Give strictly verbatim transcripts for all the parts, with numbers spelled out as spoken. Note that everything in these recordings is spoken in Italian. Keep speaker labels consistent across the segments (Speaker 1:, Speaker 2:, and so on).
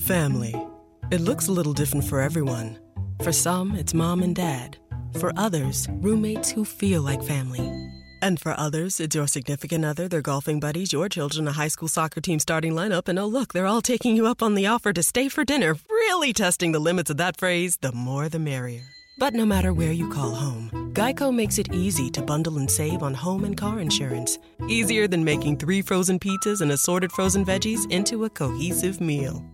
Speaker 1: Family. It looks a little different for everyone. For some, it's mom and dad. For others, roommates who feel like family. And for others, it's your significant other, their golfing buddies, your children, a high school soccer team starting lineup, and oh look, they're all taking you up on the offer to stay for dinner, really testing the limits of that phrase, the more the merrier. But no matter where you call home, Geico makes it easy to bundle and save on home and car insurance. Easier than making three frozen pizzas and assorted frozen veggies into a cohesive meal.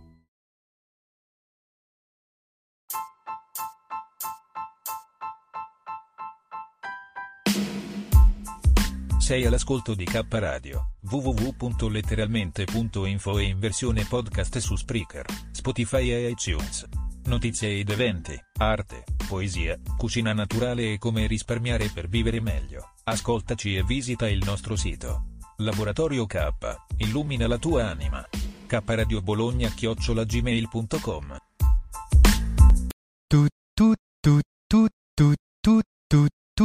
Speaker 2: Sei all'ascolto di K Radio, w w w punto letteralmente punto info e in versione podcast su Spreaker, Spotify e iTunes. Notizie ed eventi, arte, poesia, cucina naturale e come risparmiare per vivere meglio. Ascoltaci e visita il nostro sito. Laboratorio K, illumina la tua anima. K Radio Bologna chiocciola gmail punto com.
Speaker 3: Tu tu tu tu tu tu tu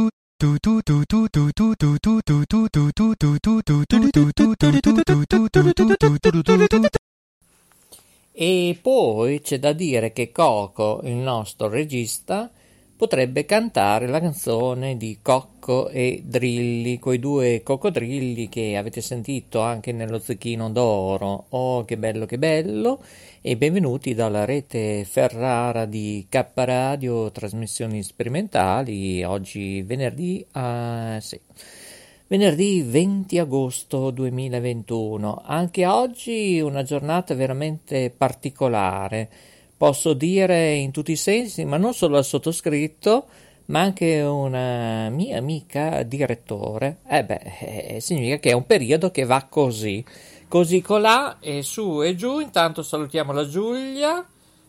Speaker 4: E poi c'è da dire che Coco, il nostro regista, potrebbe cantare la canzone di Cocco e Drilli, quei due coccodrilli che avete sentito anche nello Zecchino d'Oro. Oh, che bello, che bello! E benvenuti dalla rete Ferrara di K Radio, trasmissioni sperimentali. Oggi venerdì, uh, sì. venerdì venti agosto duemilaventuno. Anche oggi una giornata veramente particolare. Posso dire in tutti i sensi, ma non solo al sottoscritto, ma anche una mia amica direttore. Eh beh, eh, significa che è un periodo che va così, così colà e su e giù. Intanto salutiamo la Giulia.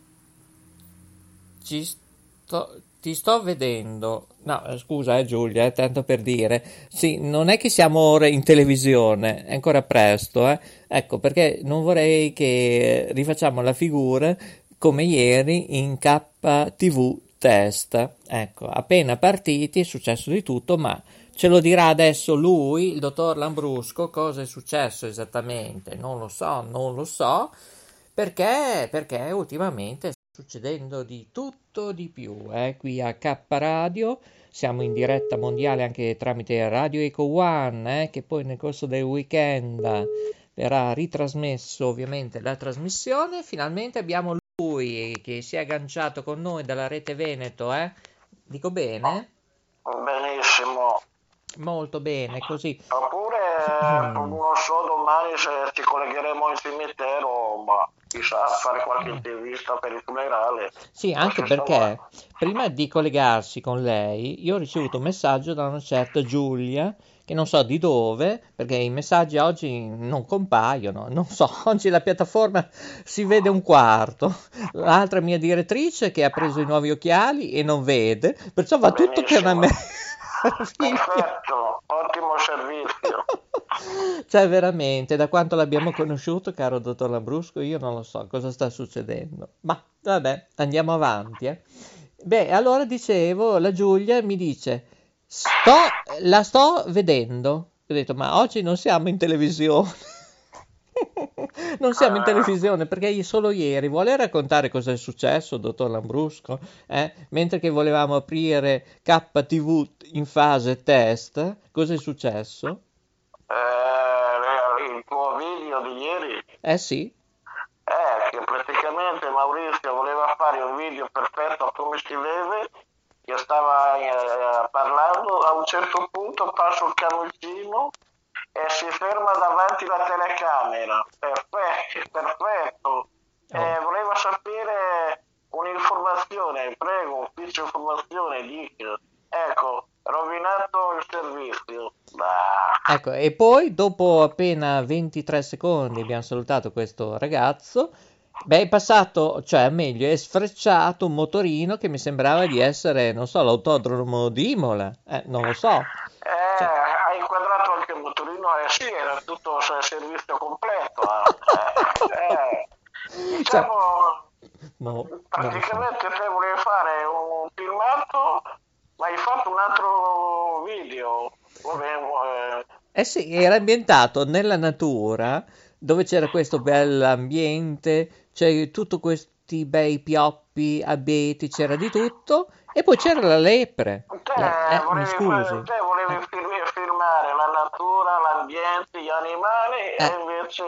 Speaker 4: Ci sto, ti sto vedendo. No, scusa, eh, Giulia, eh, tanto per dire. Sì, non è che siamo ora in televisione, è ancora presto, eh. Ecco, perché non vorrei che rifacciamo la figura come ieri in K T V Test. Ecco, appena partiti è successo di tutto, ma ce lo dirà adesso lui, il dottor Lambrusco, cosa è successo esattamente. Non lo so, non lo so, perché, perché ultimamente sta succedendo di tutto di più, eh, qui a K Radio. Siamo in diretta mondiale anche tramite Radio Eco One, eh, che poi nel corso del weekend verrà ritrasmesso ovviamente la trasmissione. Finalmente abbiamo lui che si è agganciato con noi dalla rete Veneto, eh? Dico bene?
Speaker 5: Benissimo.
Speaker 4: Molto bene, così.
Speaker 5: Oppure mm. non so domani se ci collegheremo in cimitero, ma chissà, fare qualche intervista per il funerale.
Speaker 4: Sì, anche perché prima di collegarsi con lei io ho ricevuto un messaggio da una certa Giulia, che non so di dove, perché i messaggi oggi non compaiono, non so, oggi la piattaforma si vede un quarto, l'altra mia direttrice che ha preso i nuovi occhiali e non vede, perciò va
Speaker 5: Benissimo.
Speaker 4: Tutto per una me.
Speaker 5: Perfetto, ottimo servizio.
Speaker 4: Cioè veramente, da quanto l'abbiamo conosciuto, caro dottor Lambrusco, io non lo so cosa sta succedendo, ma vabbè, andiamo avanti, eh. Beh, allora dicevo, la Giulia mi dice: Sto, la sto vedendo. Ho detto, ma oggi non siamo in televisione. Non siamo in televisione perché solo ieri vuole raccontare cosa è successo, dottor Lambrusco, eh? Mentre che volevamo aprire K T V in fase test, cosa è successo?
Speaker 5: Eh, il tuo video di ieri?
Speaker 4: Eh sì.
Speaker 5: Eh, che praticamente Maurizio voleva fare un video perfetto come si deve. Io stava eh, parlando, a un certo punto passo il camioncino e si ferma davanti alla telecamera. Perfetto, perfetto. Oh. Eh, voleva sapere un'informazione, prego, ufficio informazione, dica. Ecco, rovinato il servizio. Bah.
Speaker 4: Ecco, e poi dopo appena ventitré secondi abbiamo salutato questo ragazzo. Beh, è passato, cioè meglio, è sfrecciato un motorino che mi sembrava di essere, non so, l'autodromo di Imola, eh, non lo so.
Speaker 5: Eh,
Speaker 4: cioè...
Speaker 5: ha inquadrato anche il motorino, eh sì, era tutto il servizio completo. Eh. Eh, diciamo,
Speaker 4: cioè... no,
Speaker 5: praticamente te volevi fare un filmato, ma hai fatto un altro video. Vabbè, eh.
Speaker 4: eh sì, era ambientato nella natura, dove c'era questo bell'ambiente, cioè tutti questi bei pioppi, abeti, c'era di tutto, e poi c'era la lepre.
Speaker 5: Te,
Speaker 4: La- eh, mi
Speaker 5: volevi,
Speaker 4: scusi.
Speaker 5: fare- te volevi fir- filmare la natura, l'ambiente, gli animali
Speaker 4: Eh.
Speaker 5: e invece...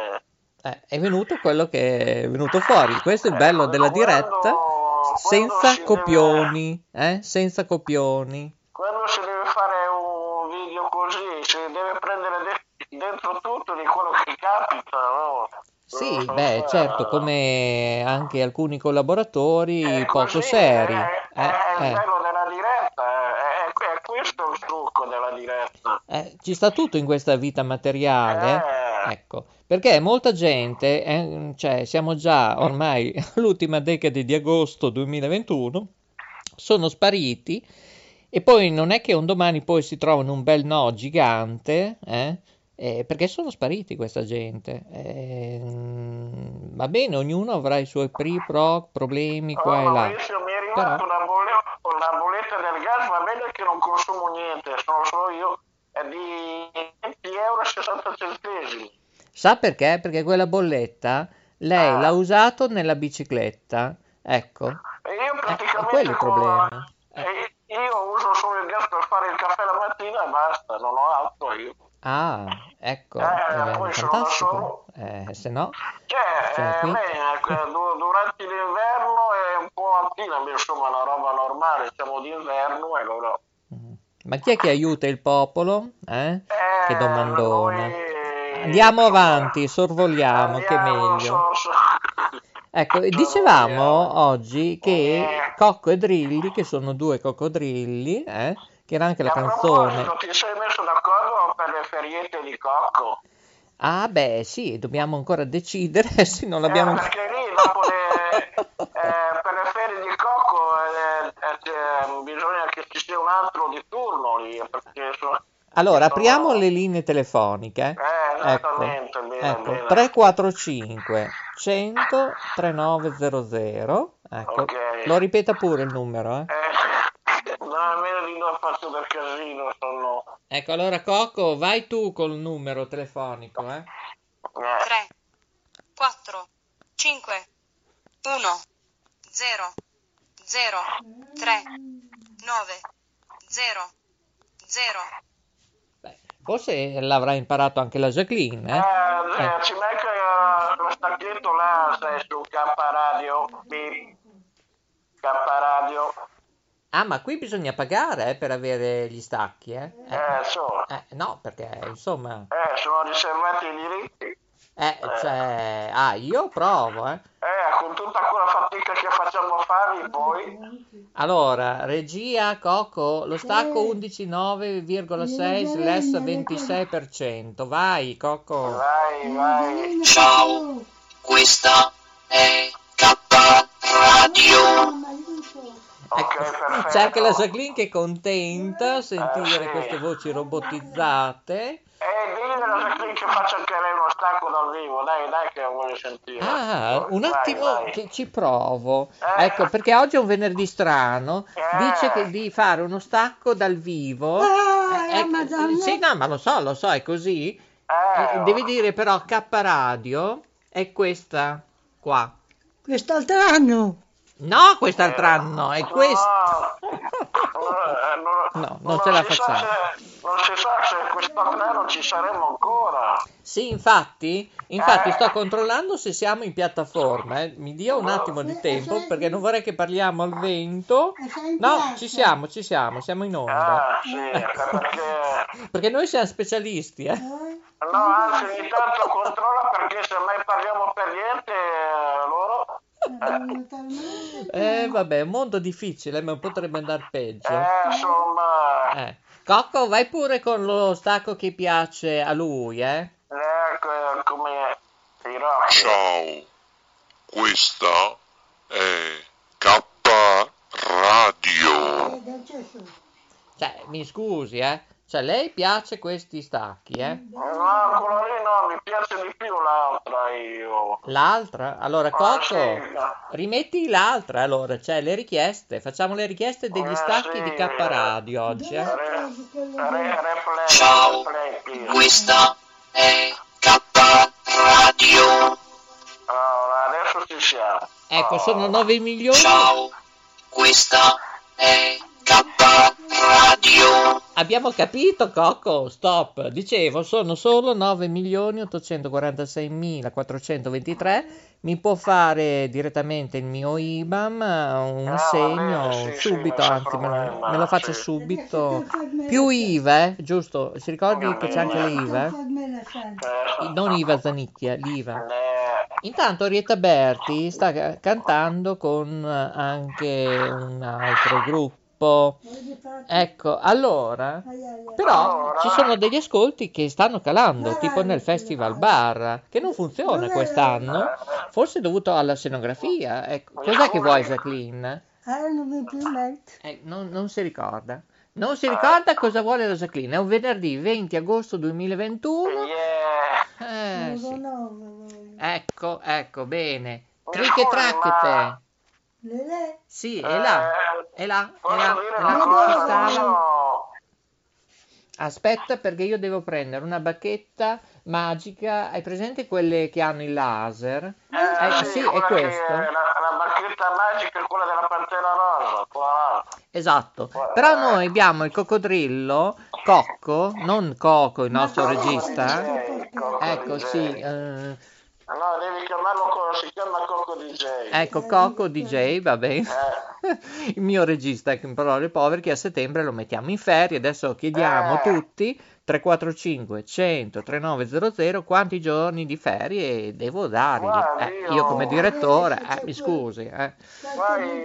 Speaker 4: Eh, è venuto quello che è venuto fuori. Questo è il bello della
Speaker 5: Quando-
Speaker 4: diretta,
Speaker 5: quando
Speaker 4: senza
Speaker 5: si deve-
Speaker 4: copioni, eh? Senza copioni.
Speaker 5: Quando si deve fare un video così, si deve prendere de- dentro tutto di quello che capita, no?
Speaker 4: Sì,
Speaker 5: Non so
Speaker 4: beh,
Speaker 5: fare.
Speaker 4: certo, come anche alcuni collaboratori
Speaker 5: È
Speaker 4: poco
Speaker 5: così,
Speaker 4: seri.
Speaker 5: È, è-
Speaker 4: Eh,
Speaker 5: è il
Speaker 4: eh.
Speaker 5: bello della diretta, è, è- è questo il trucco della diretta.
Speaker 4: Eh, ci sta tutto in questa vita materiale,
Speaker 5: Eh.
Speaker 4: ecco, perché molta gente, eh, cioè siamo già ormai all'ultima decade di agosto duemilaventuno, sono spariti e poi non è che un domani poi si trovano un bel no gigante, eh, eh, perché sono spariti questa gente. Eh, mm, va bene, ognuno avrà i suoi pri, pro, problemi qua
Speaker 5: Oh,
Speaker 4: e là.
Speaker 5: Maurizio, mi è arrivata
Speaker 4: Però-
Speaker 5: una, bolle- una bolletta del gas, va bene che non consumo niente, sono solo io, è di venti euro e sessanta centesimi.
Speaker 4: Sa perché? Perché quella bolletta lei
Speaker 5: Ah.
Speaker 4: l'ha usato nella bicicletta, ecco.
Speaker 5: E io
Speaker 4: Eh,
Speaker 5: praticamente
Speaker 4: quello è il
Speaker 5: con-
Speaker 4: problema. Eh.
Speaker 5: e io uso solo il gas per fare il caffè la mattina e basta, non ho altro io.
Speaker 4: Ah, ecco,
Speaker 5: Eh,
Speaker 4: eh,
Speaker 5: poi sono da
Speaker 4: fantastico.
Speaker 5: solo.
Speaker 4: Eh, se no,
Speaker 5: Cioè,
Speaker 4: Sono
Speaker 5: eh,
Speaker 4: qui.
Speaker 5: beh, eh, du- durante l'inverno è un po' altina, ma insomma è una roba normale, siamo d'inverno e allora...
Speaker 4: mm. Ma chi è che aiuta il popolo? Eh? Che
Speaker 5: Eh,
Speaker 4: domandona.
Speaker 5: noi-
Speaker 4: Andiamo avanti, sorvoliamo, che
Speaker 5: Andiamo,
Speaker 4: meglio.
Speaker 5: so- so-
Speaker 4: Ecco,
Speaker 5: Sorvoliamo.
Speaker 4: dicevamo oggi che
Speaker 5: Eh.
Speaker 4: Cocco e Drilli, che sono due coccodrilli, eh, che era anche la
Speaker 5: A
Speaker 4: canzone.
Speaker 5: proposito, ti sei messo d'accordo per le feriette di Cocco?
Speaker 4: Ah, beh, sì, dobbiamo ancora decidere se non l'abbiamo
Speaker 5: Eh,
Speaker 4: ancora.
Speaker 5: perché lì dopo le, eh, per le ferie di Cocco eh, eh, c'è- bisogna che ci sia un altro di turno lì, perché sono...
Speaker 4: Allora,
Speaker 5: sono-
Speaker 4: apriamo le linee telefoniche.
Speaker 5: Eh,
Speaker 4: Ecco,
Speaker 5: esattamente, bene,
Speaker 4: ecco,
Speaker 5: bene.
Speaker 4: tre quattro cinque cento trentanove zero zero. Ecco,
Speaker 5: Ok.
Speaker 4: lo ripeta pure il numero, eh.
Speaker 5: Eh, no, almeno di non faccio del casino, sono...
Speaker 4: Ecco, allora Cocco, vai tu col numero telefonico, eh.
Speaker 5: eh.
Speaker 6: tre, quattro, cinque, uno, zero, zero, tre, nove, zero, zero.
Speaker 4: Beh, forse l'avrà imparato anche la Jacqueline, eh.
Speaker 5: Eh,
Speaker 4: Eh.
Speaker 5: eh, ci manca eh, lo stacchetto là, sai, su K Radio, Beep. K Radio,
Speaker 4: Ah, ma qui bisogna pagare, eh, per avere gli stacchi, eh. Eh,
Speaker 5: eh, so,
Speaker 4: eh, no, perché, insomma,
Speaker 5: eh, sono riservati i diritti,
Speaker 4: eh, cioè, ah, io provo, eh.
Speaker 5: eh, con tutta quella fatica che facciamo a farli poi,
Speaker 4: Allora, regia, Cocco, lo stacco undici nove virgola sei slash ventisei per cento. Vai, Cocco.
Speaker 5: vai, vai,
Speaker 7: Ciao, questa è K Radio.
Speaker 5: ok,
Speaker 4: Ecco,
Speaker 5: perfetto.
Speaker 4: c'è anche la Jacqueline che è contenta a sentire
Speaker 5: Eh, sì.
Speaker 4: queste voci robotizzate.
Speaker 5: Eh, digli alla Jacqueline che faccia anche lei uno stacco dal vivo, dai, dai che lo voglio sentire.
Speaker 4: Ah, un
Speaker 5: Vai,
Speaker 4: attimo
Speaker 5: vai.
Speaker 4: che ci provo.
Speaker 5: Eh.
Speaker 4: Ecco, perché oggi è un venerdì strano.
Speaker 5: Eh.
Speaker 4: Dice che di fare uno stacco dal vivo.
Speaker 8: Ah,
Speaker 4: Eh, ecco,
Speaker 8: Madonna.
Speaker 4: sì, no, ma lo so, lo so, è così.
Speaker 5: Eh,
Speaker 4: Eh, devi dire però K Radio è questa qua.
Speaker 8: Quest'altro anno.
Speaker 4: No, quest'altro anno, è questa.
Speaker 5: No,
Speaker 4: No, non ce la
Speaker 5: si sa
Speaker 4: facciamo.
Speaker 5: se- non si sa se quest'anno ci saremo ancora.
Speaker 4: Sì, infatti, infatti
Speaker 5: Eh.
Speaker 4: sto controllando se siamo in piattaforma. eh. Mi dia un attimo di tempo perché non vorrei che parliamo al vento. No, ci siamo, ci siamo, siamo in onda.
Speaker 5: Ah, sì, perché...
Speaker 4: Perché noi siamo specialisti, eh.
Speaker 5: No, anzi, ogni tanto controlla perché se mai parliamo per niente, eh, loro...
Speaker 4: Eh, vabbè, è un mondo difficile, ma potrebbe andare peggio.
Speaker 5: Eh, insomma...
Speaker 4: Eh. Cocco, vai pure con lo stacco che piace a lui, eh.
Speaker 5: eh, come i rock.
Speaker 7: Ciao, questa è K Radio.
Speaker 4: Cioè, mi scusi, eh. Cioè, lei piace questi stacchi, eh.
Speaker 5: No, quello lì no, mi piace di più l'altra io.
Speaker 4: L'altra? Allora,
Speaker 5: Ah,
Speaker 4: Cocco,
Speaker 5: sì.
Speaker 4: rimetti l'altra, allora, cioè, le richieste. Facciamo le richieste degli
Speaker 5: Eh,
Speaker 4: stacchi
Speaker 5: sì.
Speaker 4: di K Radio oggi, eh.
Speaker 5: Re- re- replay,
Speaker 7: Ciao,
Speaker 5: replay, please.
Speaker 7: questa è K Radio.
Speaker 5: Allora, adesso ci siamo.
Speaker 4: Ecco,
Speaker 5: Oh.
Speaker 4: sono nove milioni.
Speaker 7: Ciao, questa è K Radio.
Speaker 4: Abbiamo capito, Cocco, stop. Dicevo, sono solo nove milioni ottocentoquarantasei mila quattrocentoventitré. Mi può fare direttamente il mio I B A M, un
Speaker 5: Ah,
Speaker 4: assegno
Speaker 5: va bene, sì, sì,
Speaker 4: subito,
Speaker 5: non c'è
Speaker 4: anzi me lo,
Speaker 5: problema,
Speaker 4: me lo faccia
Speaker 5: sì.
Speaker 4: subito. Più I V A, eh, giusto? Si ricordi che c'è anche l'I V A?
Speaker 5: Eh,
Speaker 4: Non I V A Zanicchia, l'I V A.
Speaker 5: eh,
Speaker 4: Intanto Orietta Berti sta ca- cantando con eh, anche un altro gruppo. Ecco, allora, però ci sono degli ascolti che stanno calando, tipo nel Festival Bar, che non funziona quest'anno, forse dovuto alla scenografia. Ecco, cos'è che vuoi, Jacqueline?
Speaker 8: Eh, non mi permetto.
Speaker 4: Eh, non, non si ricorda. Non si ricorda cosa vuole la Jacqueline. È un venerdì venti agosto duemilaventuno.
Speaker 5: yeah.
Speaker 4: Eh, sì.
Speaker 8: No, no, no.
Speaker 4: Ecco, ecco, bene.
Speaker 5: Mi
Speaker 4: Tricche
Speaker 5: scusi,
Speaker 4: tracchete.
Speaker 5: ma-
Speaker 8: Lele?
Speaker 4: Sì, è là, è là, è
Speaker 5: Posso
Speaker 4: là,
Speaker 5: dire
Speaker 4: è
Speaker 5: una
Speaker 4: là che
Speaker 5: cosa?
Speaker 4: ci
Speaker 5: Non
Speaker 4: stava.
Speaker 5: so.
Speaker 4: Aspetta, perché io devo prendere una bacchetta magica. Hai presente quelle che hanno il laser?
Speaker 5: Eh,
Speaker 4: Eh,
Speaker 5: sì,
Speaker 4: sì, è
Speaker 5: quella che
Speaker 4: questo.
Speaker 5: la, la bacchetta magica è quella della Pantera Rosa, quella.
Speaker 4: Esatto. Però noi abbiamo il coccodrillo, Cocco, non Coco, il nostro
Speaker 5: Cocco
Speaker 4: regista.
Speaker 5: D J, Cocco
Speaker 4: Ecco,
Speaker 5: D J.
Speaker 4: sì. eh,
Speaker 5: No, devi chiamarlo come si chiama Cocco D J.
Speaker 4: Ecco, Cocco D J, va bene.
Speaker 5: Eh,
Speaker 4: Il mio regista, che in parole povere, che a settembre lo mettiamo in ferie. Adesso chiediamo
Speaker 5: Eh.
Speaker 4: tutti tre quattro cinque cento trentanove zero zero quanti giorni di ferie devo dargli.
Speaker 5: Guarda,
Speaker 4: Eh,
Speaker 5: io-
Speaker 4: io come direttore, eh, mi scusi. eh.
Speaker 5: Poi-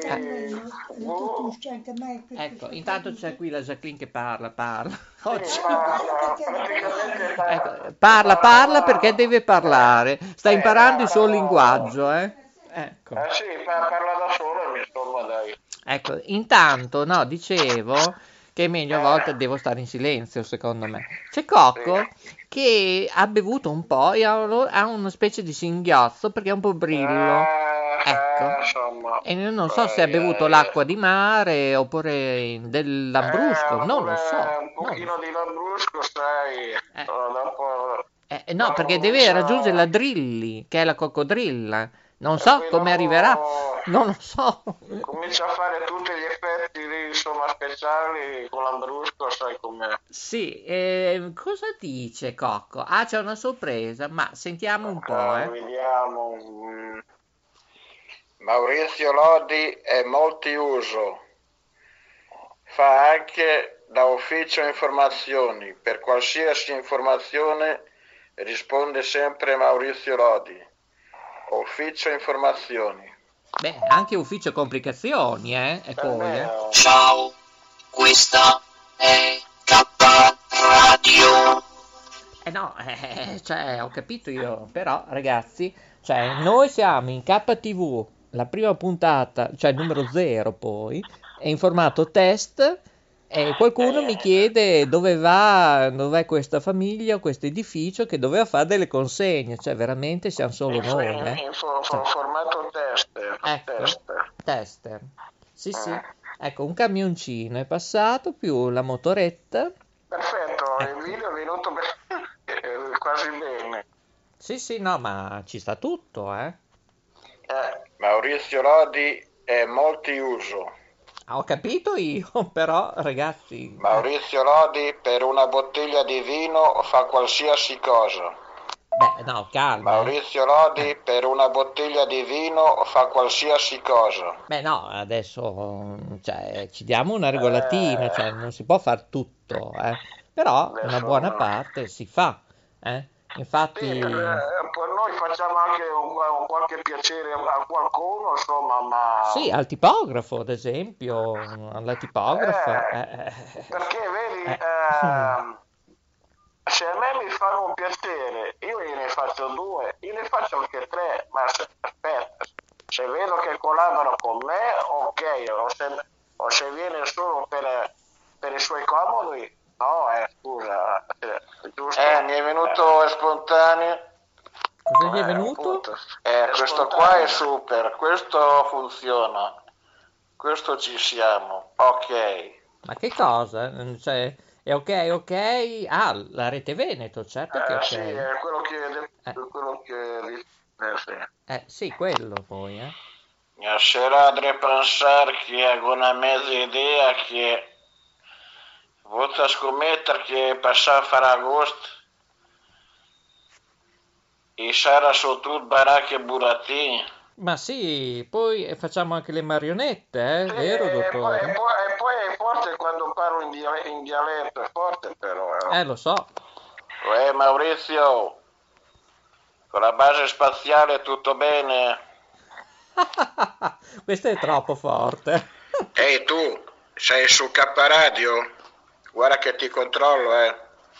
Speaker 4: Ecco, intanto c'è qui la Jacqueline che parla, parla. Oggi.
Speaker 5: sì, ma, praticamente
Speaker 4: Ecco, parla, parla perché deve parlare. Sta imparando il suo linguaggio, eh. Ecco.
Speaker 5: Eh sì, pa- parla da solo, insomma, dai.
Speaker 4: Ecco, intanto, no, dicevo che è meglio a volte devo stare in silenzio, secondo me. C'è Cocco che ha bevuto un po' e ha, ha una specie di singhiozzo perché è un po' brillo.
Speaker 5: Eh,
Speaker 4: Ecco.
Speaker 5: eh, insomma.
Speaker 4: E io non so se ha
Speaker 5: Eh,
Speaker 4: bevuto
Speaker 5: eh,
Speaker 4: l'acqua di mare oppure del Lambrusco,
Speaker 5: eh,
Speaker 4: non lo
Speaker 5: oppure
Speaker 4: so.
Speaker 5: Un
Speaker 4: non lo
Speaker 5: pochino
Speaker 4: so.
Speaker 5: di Lambrusco, sai.
Speaker 4: Eh.
Speaker 5: Oh, dopo...
Speaker 4: Eh, no,
Speaker 5: dopo
Speaker 4: perché deve
Speaker 5: comincia-
Speaker 4: raggiungere la Drilli, che è la coccodrilla. Non so
Speaker 5: poi
Speaker 4: come
Speaker 5: dopo
Speaker 4: arriverà, non lo so.
Speaker 5: Comincia a fare tutti gli effetti lì, insomma, speciali con Lambrusco, sai com'è.
Speaker 4: Sì, eh, cosa dice Cocco? Ah, c'è una sorpresa, ma sentiamo un po',
Speaker 5: Eh,
Speaker 4: eh.
Speaker 5: Vediamo. mm. Maurizio Lodi è multiuso. Fa anche da ufficio informazioni. Per qualsiasi informazione risponde sempre Maurizio Lodi. Ufficio informazioni.
Speaker 4: Beh, anche ufficio complicazioni, eh, e poi, eh.
Speaker 7: Ciao, questa è K Radio.
Speaker 4: Eh no, eh, cioè, ho capito io, però, ragazzi, cioè, noi siamo in K T V, la prima puntata, cioè il numero zero poi, è in formato test, e qualcuno mi chiede dove va, dov'è questa famiglia, questo edificio, che doveva fare delle consegne, cioè, veramente siamo solo
Speaker 5: In,
Speaker 4: noi,
Speaker 5: in-
Speaker 4: eh.
Speaker 5: in fo-
Speaker 4: Cioè,
Speaker 5: formato tester.
Speaker 4: ecco,
Speaker 5: tester.
Speaker 4: tester. Sì, sì.
Speaker 5: Eh.
Speaker 4: Ecco, un camioncino è passato, più la motoretta.
Speaker 5: Perfetto,
Speaker 4: Ecco.
Speaker 5: il video è venuto be- quasi bene.
Speaker 4: Sì, sì, no, ma ci sta tutto, eh.
Speaker 5: Eh, Maurizio Lodi è multiuso.
Speaker 4: Ho capito io, però, ragazzi. eh,
Speaker 5: Maurizio Lodi per una bottiglia di vino fa qualsiasi cosa.
Speaker 4: Beh, no, calma. eh.
Speaker 5: Maurizio Lodi per una bottiglia di vino fa qualsiasi cosa.
Speaker 4: Beh, no, adesso, cioè, ci diamo una regolatina, cioè, non si può far tutto, eh. Però una
Speaker 5: Adesso-
Speaker 4: buona parte si fa, eh.
Speaker 5: Sì,
Speaker 4: Infatti,
Speaker 5: per, eh, per noi facciamo anche un, un qualche piacere a qualcuno, insomma, ma...
Speaker 4: sì, al tipografo, ad esempio, alla tipografa.
Speaker 5: Eh,
Speaker 4: eh, eh,
Speaker 5: Perché vedi,
Speaker 4: eh.
Speaker 5: ehm, se a me mi fanno un piacere, io gliene faccio due, io ne faccio anche tre, ma se- aspetta, se vedo che collaborano con me, ok, o se, o se viene solo per, per i suoi comodi, no, eh, scusa, eh, giusto? Eh, mi è venuto spontaneo.
Speaker 4: Cosa gli è venuto?
Speaker 5: Eh, questo qua è super, questo funziona, questo ci siamo, ok.
Speaker 4: Ma che cosa? Cioè, è ok, ok? Ah, la rete Veneto, certo che è
Speaker 5: Eh,
Speaker 4: ok.
Speaker 5: sì, è quello che,
Speaker 4: Eh.
Speaker 5: quello che Eh sì.
Speaker 4: Eh sì, quello poi, eh.
Speaker 5: Ya será de pensar que alguna mesa idea que vou scommettere che passar Ferragosto e sarà su tutto baracche e burattini.
Speaker 4: Ma sì, poi facciamo anche le marionette, eh?
Speaker 5: Sì,
Speaker 4: Vero,
Speaker 5: e poi, e
Speaker 4: dottore?
Speaker 5: poi, e poi è forte quando parlo in, dia- in dialetto, è forte però. Eh.
Speaker 4: Eh, lo so.
Speaker 5: Uè, Maurizio, con la base spaziale tutto bene?
Speaker 4: Questo è troppo forte.
Speaker 5: Ehi tu, sei su K Radio? Guarda che ti controllo, eh.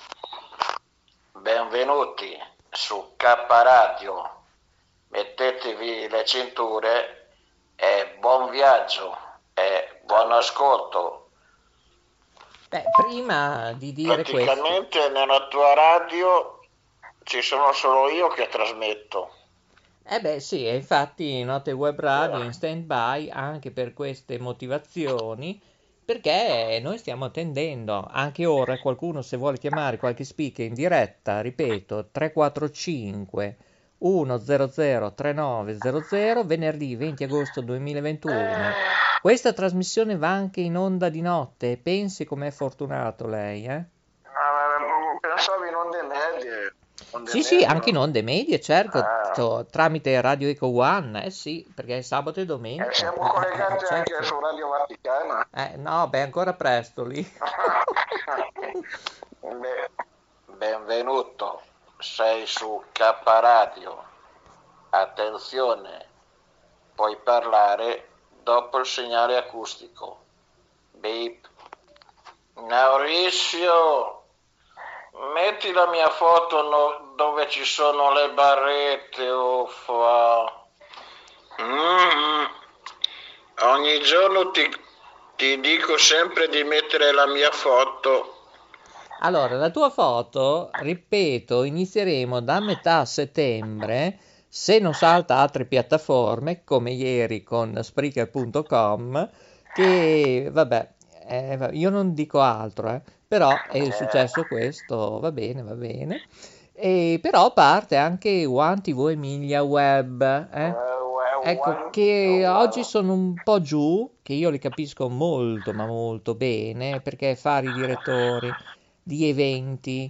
Speaker 5: Benvenuti su K Radio. Mettetevi le cinture e buon viaggio e buon ascolto.
Speaker 4: Beh, prima di dire questo,
Speaker 5: Praticamente nella tua radio ci sono solo io che trasmetto.
Speaker 4: eh beh sì, e infatti Note Web Radio è in stand-by anche per queste motivazioni, perché noi stiamo attendendo, anche ora qualcuno se vuole chiamare qualche speaker in diretta, ripeto, tre quattro cinque uno zero zero tre nove zero zero, venerdì venti agosto duemilaventuno. Questa trasmissione va anche in onda di notte, pensi com'è fortunato lei, eh?
Speaker 5: Ah, pensavo in onde medie. Onde
Speaker 4: Sì, sì,
Speaker 5: medie,
Speaker 4: anche in
Speaker 5: no?
Speaker 4: onde medie, certo,
Speaker 5: Ah.
Speaker 4: to- tramite Radio Eco One, eh sì, perché è sabato e domenica.
Speaker 5: E siamo
Speaker 4: eh,
Speaker 5: collegati
Speaker 4: eh,
Speaker 5: anche
Speaker 4: certo.
Speaker 5: su Radio Vaticana.
Speaker 4: Eh, no, beh, ancora presto lì.
Speaker 5: Beh, benvenuto, sei su K Radio. Attenzione, puoi parlare dopo il segnale acustico. Beep. Maurizio, metti la mia foto no- dove ci sono le barrette, uffa. Mm. Ogni giorno ti, ti dico sempre di mettere la mia foto.
Speaker 4: Allora, la tua foto, ripeto, inizieremo da metà settembre, se non salta altre piattaforme, come ieri con Spreaker punto com, che, vabbè, eh, va- io non dico altro, eh, però è successo questo, va bene, va bene. E però parte anche One T V Emilia Web, eh? Ecco, che oggi sono un po' giù, che io li capisco molto, ma molto bene, perché fare i direttori di eventi,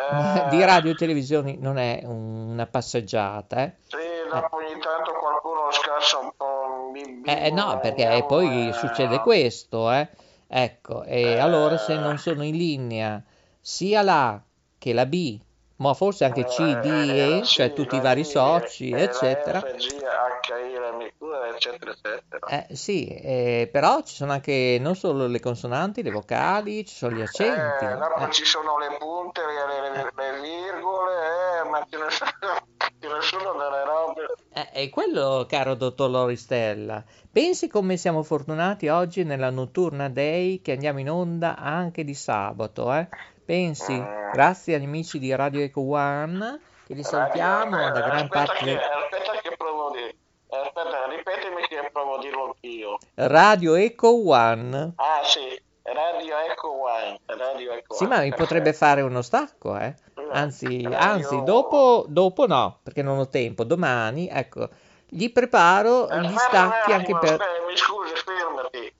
Speaker 4: di radio e televisioni non è una passeggiata, eh?
Speaker 5: Sì, dopo ogni tanto qualcuno scassa un po'. Bim,
Speaker 4: Eh, eh,
Speaker 5: bim,
Speaker 4: no, perché
Speaker 5: andiamo,
Speaker 4: poi
Speaker 5: eh,
Speaker 4: succede questo, eh? Ecco, e allora se non sono in linea sia la A che la B, ma forse anche C, D,
Speaker 5: eh,
Speaker 4: E,
Speaker 5: sì,
Speaker 4: cioè tutti i
Speaker 5: la
Speaker 4: vari
Speaker 5: D,
Speaker 4: soci,
Speaker 5: eh,
Speaker 4: eccetera.
Speaker 5: La F, G, H, I, L, M, Q, eccetera, eccetera.
Speaker 4: Eh, sì, eh, però ci sono anche non solo le consonanti, le vocali, ci sono gli accenti.
Speaker 5: Eh, dopo
Speaker 4: eh.
Speaker 5: ci sono le punte, le, le- le virgole, eh, ma ce ne sono, ce ne sono delle robe.
Speaker 4: Eh, e quello, caro dottor Loristella, pensi come siamo fortunati oggi nella Notturna Day che andiamo in onda anche di sabato, eh? Pensi? Grazie agli amici di Radio Eco One, che li salutiamo
Speaker 5: Radio-
Speaker 4: da gran
Speaker 5: aspetta
Speaker 4: parte
Speaker 5: che,
Speaker 4: del...
Speaker 5: aspetta che provo di, aspetta, ripetimi che provo a dirlo anch'io.
Speaker 4: Radio Eco One.
Speaker 5: Ah sì, Radio Eco One, Radio Eco
Speaker 4: Sì,
Speaker 5: One,
Speaker 4: ma mi
Speaker 5: perfetto.
Speaker 4: potrebbe fare uno stacco, eh? Anzi,
Speaker 5: Radio-
Speaker 4: anzi, dopo, dopo no, perché non ho tempo. Domani, ecco, gli preparo gli
Speaker 5: Aspetta un
Speaker 4: stacchi anche
Speaker 5: attimo,
Speaker 4: per...
Speaker 5: aspetta, mi scusi, fermati.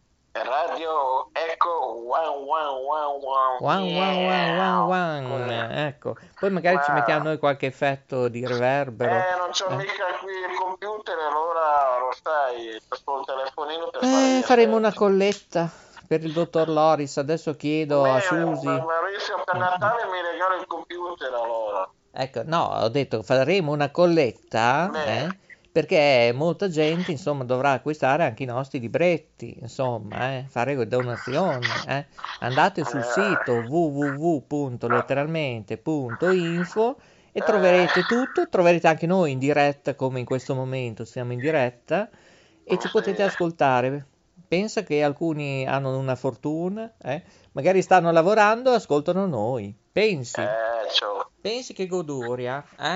Speaker 5: Radio Eco One One One One.
Speaker 4: One, one, one, one, one. Ecco, poi magari ci mettiamo noi qualche effetto di reverbero.
Speaker 5: Eh, non c'ho
Speaker 4: Eh.
Speaker 5: mica qui il computer, allora lo sai, sto il telefonino per fare
Speaker 4: Eh,
Speaker 5: gli
Speaker 4: faremo una
Speaker 5: effetti.
Speaker 4: colletta per il dottor Loris. Adesso chiedo a
Speaker 5: Beh,
Speaker 4: Susi.
Speaker 5: ma- Maurizio, per Natale mi regalo il computer allora.
Speaker 4: Ecco, no, ho detto faremo una colletta,
Speaker 5: Beh.
Speaker 4: eh, perché molta gente, insomma, dovrà acquistare anche i nostri libretti, insomma, eh, fare donazioni, eh. Andate sul sito w w w punto letteralmente punto info e troverete tutto, troverete anche noi in diretta, come in questo momento siamo in diretta, e ci potete ascoltare. Pensa che alcuni hanno una fortuna, eh? Magari stanno lavorando e ascoltano noi. Pensi,
Speaker 5: Eh, ciao.
Speaker 4: pensi che goduria, eh?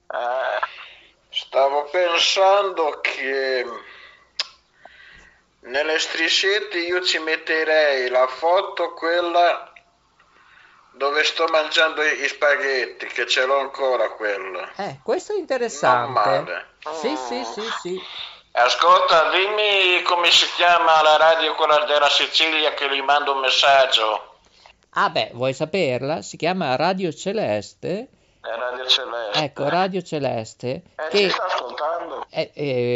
Speaker 5: Eh, stavo pensando che nelle strisciette io ci metterei la foto quella dove sto mangiando i, i spaghetti, che ce l'ho ancora quello.
Speaker 4: Eh, questo è
Speaker 5: Non
Speaker 4: interessante.
Speaker 5: male.
Speaker 4: Sì, sì,
Speaker 5: Mm.
Speaker 4: sì, sì.
Speaker 5: Ascolta, dimmi come si chiama la radio, quella della Sicilia, che gli mando un messaggio.
Speaker 4: Ah beh, vuoi saperla? Si chiama Radio Celeste.
Speaker 5: È Radio Celeste.
Speaker 4: Ecco, Radio Celeste,
Speaker 5: Eh, ci
Speaker 4: che
Speaker 5: sta ascoltando?
Speaker 4: eh,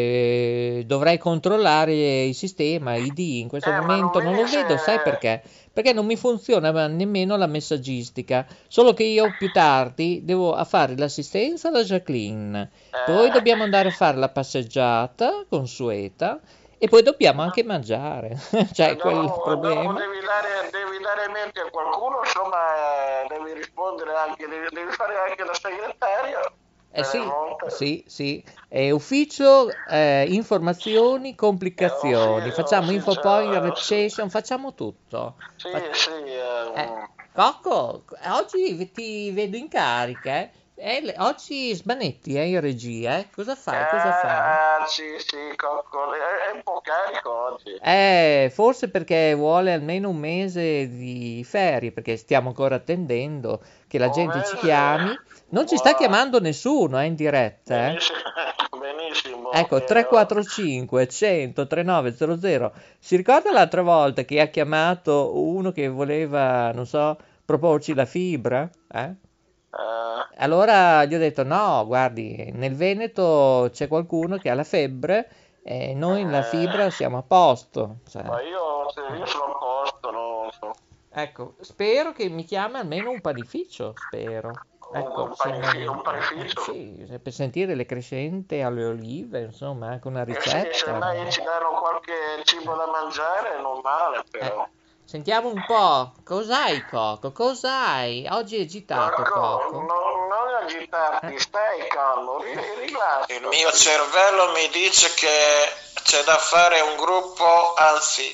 Speaker 4: eh, dovrei controllare il sistema I D in questo
Speaker 5: Eh, ma non
Speaker 4: momento, non lo
Speaker 5: vedi
Speaker 4: vedo, sai
Speaker 5: se...
Speaker 4: perché? Perché non mi funziona ma nemmeno la messaggistica, solo che io più tardi devo a fare l'assistenza alla Jacqueline, poi
Speaker 5: Eh,
Speaker 4: dobbiamo andare a fare la passeggiata consueta e poi dobbiamo anche mangiare, c'è quel
Speaker 5: dopo, dopo
Speaker 4: problema.
Speaker 5: devi dare, devi dare mente a qualcuno, insomma, eh, devi rispondere anche, devi, devi fare anche la segretaria.
Speaker 4: Eh
Speaker 5: delle
Speaker 4: sì,
Speaker 5: volte.
Speaker 4: sì, sì, è ufficio, eh, informazioni,
Speaker 5: Eh,
Speaker 4: complicazioni,
Speaker 5: uffi-
Speaker 4: facciamo infopoint,
Speaker 5: ufficio, sì,
Speaker 4: reception, facciamo tutto.
Speaker 5: sì,
Speaker 4: Fa-
Speaker 5: sì,
Speaker 4: eh,
Speaker 5: ehm,
Speaker 4: Cocco, oggi ti vedo in carica, eh? Eh, le- oggi smanetti, eh, in regia, eh? Cosa fai, cosa fai?
Speaker 5: eh, sì, sì, Cocco, è, è un po' carico oggi.
Speaker 4: Eh, forse perché vuole almeno un mese di ferie, perché stiamo ancora attendendo che la
Speaker 5: Un
Speaker 4: gente ci
Speaker 5: mese,
Speaker 4: chiami. Non ci sta
Speaker 5: wow,
Speaker 4: chiamando nessuno, eh, in diretta, eh?
Speaker 5: benissimo, benissimo,
Speaker 4: Ecco,
Speaker 5: che,
Speaker 4: tre quattro cinque cento trentanove zero zero. Si ricorda l'altra volta che ha chiamato uno che voleva, non so, proporci la fibra? Eh?
Speaker 5: eh,
Speaker 4: Allora gli ho detto: no, guardi, nel Veneto c'è qualcuno che ha la febbre e noi la fibra
Speaker 5: eh,
Speaker 4: siamo a posto. Cioè,
Speaker 5: ma io, io
Speaker 4: eh.
Speaker 5: sono a posto, non so.
Speaker 4: Ecco, spero che mi chiami almeno un panificio, spero.
Speaker 5: Un,
Speaker 4: Ecco,
Speaker 5: un,
Speaker 4: se
Speaker 5: panificio, un
Speaker 4: non- eh,
Speaker 5: panificio.
Speaker 4: sì, se per sentire le crescente alle olive, insomma, anche una
Speaker 5: Eh sì, se
Speaker 4: ricetta.
Speaker 5: mai ci danno qualche cibo da mangiare, non male,
Speaker 4: Eh,
Speaker 5: però.
Speaker 4: sentiamo un po', cos'hai, Coco? Cos'hai? Oggi è agitato,
Speaker 5: Marco,
Speaker 4: Coco.
Speaker 5: non, non agitarti,
Speaker 4: Eh,
Speaker 5: stai calmo, ri- rilassati. Il mio cervello mi dice che c'è da fare un gruppo, anzi,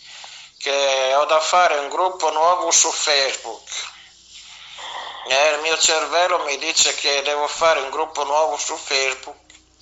Speaker 5: che ho da fare un gruppo nuovo su Facebook. Eh, il mio cervello mi dice che devo fare un gruppo nuovo su Facebook.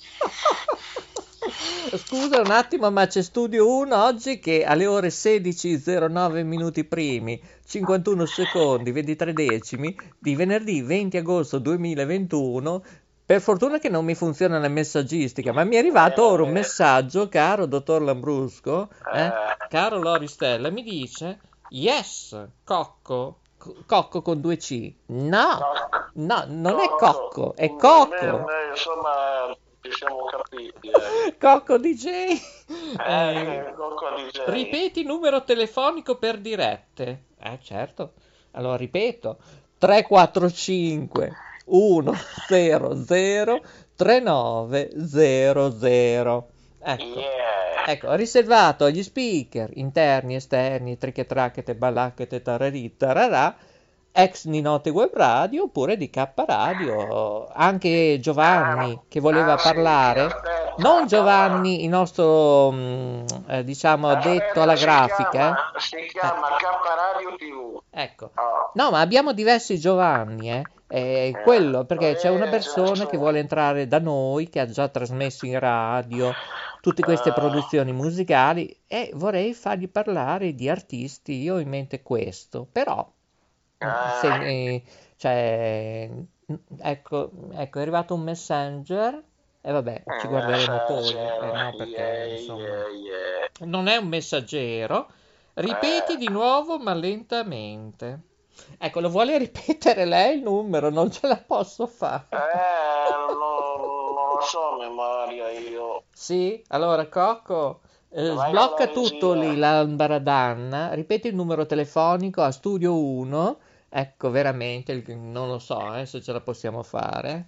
Speaker 4: Scusa un attimo, ma c'è Studio uno oggi che alle ore sedici e zero nove minuti primi, cinquantuno secondi, ventitré decimi di venerdì venti agosto duemilaventuno. Per fortuna che non mi funziona la messaggistica, ma mi è arrivato
Speaker 5: Bene,
Speaker 4: ora un
Speaker 5: bene.
Speaker 4: messaggio, caro dottor Lambrusco, eh,
Speaker 5: Eh,
Speaker 4: caro Loristella, mi dice: yes, Cocco, Co- Cocco con due C. No,
Speaker 5: Cocco,
Speaker 4: no, non è
Speaker 5: Cocco,
Speaker 4: Cocco, è
Speaker 5: beh,
Speaker 4: Cocco.
Speaker 5: beh, insomma, ci siamo capiti. Eh.
Speaker 4: Cocco D J. Eh,
Speaker 5: Eh, Cocco D J.
Speaker 4: ripeti numero telefonico per dirette. Eh, certo. Allora ripeto: tre quattro cinque uno zero zero tre nove zero zero. Ecco.
Speaker 5: Yeah.
Speaker 4: Ecco, riservato agli speaker interni, esterni, trichetrachete, balacchete, tararì, tararà, ex Ninote Web Radio oppure di K Radio, anche Giovanni
Speaker 5: Ah,
Speaker 4: che voleva
Speaker 5: ah, sì,
Speaker 4: parlare,
Speaker 5: aspetta,
Speaker 4: non
Speaker 5: allora,
Speaker 4: Giovanni, il nostro, mm, eh, diciamo, addetto alla
Speaker 5: aspetta, si
Speaker 4: grafica,
Speaker 5: chiama,
Speaker 4: eh.
Speaker 5: si
Speaker 4: Eh,
Speaker 5: chiama K Radio tivù.
Speaker 4: ecco.
Speaker 5: Oh.
Speaker 4: No, ma abbiamo diversi Giovanni, eh. È
Speaker 5: Eh,
Speaker 4: quello, perché c'è una
Speaker 5: eh,
Speaker 4: persona che
Speaker 5: certo.
Speaker 4: vuole entrare da noi, che ha già trasmesso in radio tutte queste
Speaker 5: Eh,
Speaker 4: produzioni musicali e vorrei fargli parlare di artisti. Io ho in mente questo, però, se,
Speaker 5: eh,
Speaker 4: eh, cioè, ecco, ecco, è arrivato un messenger e vabbè, ci guarderemo poi, eh, no, perché
Speaker 5: yeah,
Speaker 4: insomma,
Speaker 5: yeah, yeah.
Speaker 4: non è un messaggero. Ripeti
Speaker 5: Eh,
Speaker 4: di nuovo, ma lentamente. Ecco, lo vuole ripetere lei il numero? Non ce la posso fare.
Speaker 5: eh, non, non lo so, memoria io.
Speaker 4: Sì, allora Cocco, eh,
Speaker 5: Vai con la
Speaker 4: sblocca tutto lì,
Speaker 5: regia.
Speaker 4: l'ambaradanna, ripeti il numero telefonico a Studio uno. Ecco, veramente, il- non lo so, eh, se ce la possiamo fare.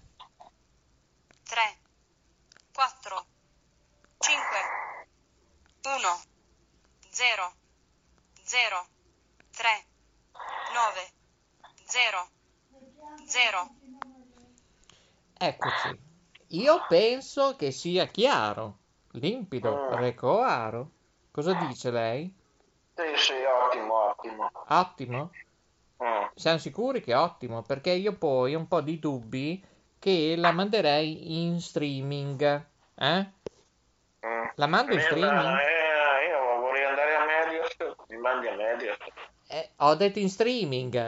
Speaker 6: tre, quattro, cinque, uno, zero, zero, tre, nove, zero, zero.
Speaker 4: Eccoci. Io penso che sia chiaro, limpido,
Speaker 5: Mm,
Speaker 4: recoaro. Cosa dice lei?
Speaker 5: sì, sì, ottimo, ottimo.
Speaker 4: Ottimo?
Speaker 5: Mm.
Speaker 4: Siamo sicuri che è ottimo, perché io poi ho un po' di dubbi che la manderei in streaming. Eh?
Speaker 5: Mm.
Speaker 4: La mando in
Speaker 5: Io,
Speaker 4: streaming?
Speaker 5: eh, io vorrei andare a Mediaset, mi mandi a Mediaset.
Speaker 4: Eh, ho detto in streaming.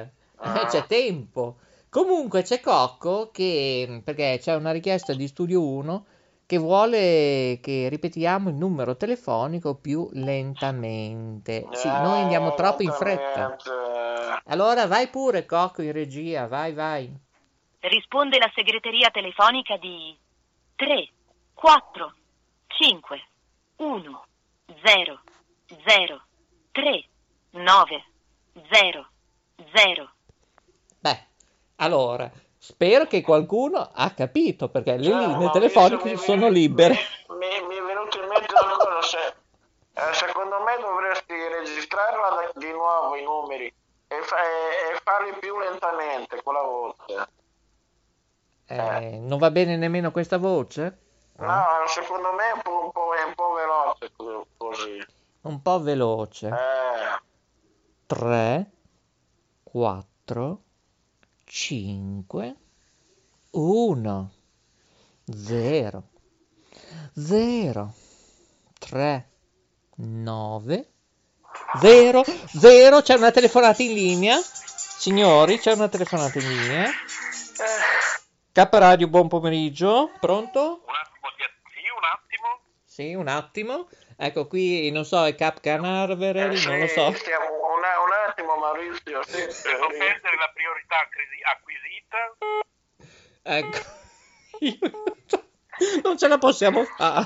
Speaker 4: Eh, c'è tempo. Comunque c'è Cocco che, perché c'è una richiesta di Studio uno che vuole che ripetiamo il numero telefonico più lentamente. Sì, noi andiamo troppo in fretta. Allora vai pure Cocco in regia, vai vai.
Speaker 9: Risponde la segreteria telefonica di tre quattro cinque uno zero zero tre nove zero zero.
Speaker 4: Beh, allora, spero che qualcuno ha capito, perché le
Speaker 5: Cioè,
Speaker 4: linee
Speaker 5: Maurizio,
Speaker 4: telefoniche
Speaker 5: mi-
Speaker 4: sono
Speaker 5: mi-
Speaker 4: libere.
Speaker 5: Mi, mi è venuto in mente una cosa, se, eh, secondo me dovresti registrarla da- di nuovo i numeri e, fa- e- e farli più lentamente con la voce.
Speaker 4: Eh, non va bene nemmeno questa voce?
Speaker 5: No, secondo me è un po', un po', è un po' veloce co- così.
Speaker 4: Un po' veloce.
Speaker 5: Eh,
Speaker 4: tre, quattro, cinque, uno, zero, zero, tre, nove, zero, zero. C'è una telefonata in linea. Signori, c'è una telefonata in linea. K Radio, buon pomeriggio. Pronto?
Speaker 10: Un attimo, di... sì, un attimo.
Speaker 4: Sì, un attimo. Ecco qui, non so, è Cap Canaveral,
Speaker 5: sì,
Speaker 4: non lo so.
Speaker 5: stiamo- un, un attimo Maurizio, sì, sì.
Speaker 10: Per non perdere la priorità acquisi- acquisita.
Speaker 4: Ecco. Io- non ce la possiamo fare.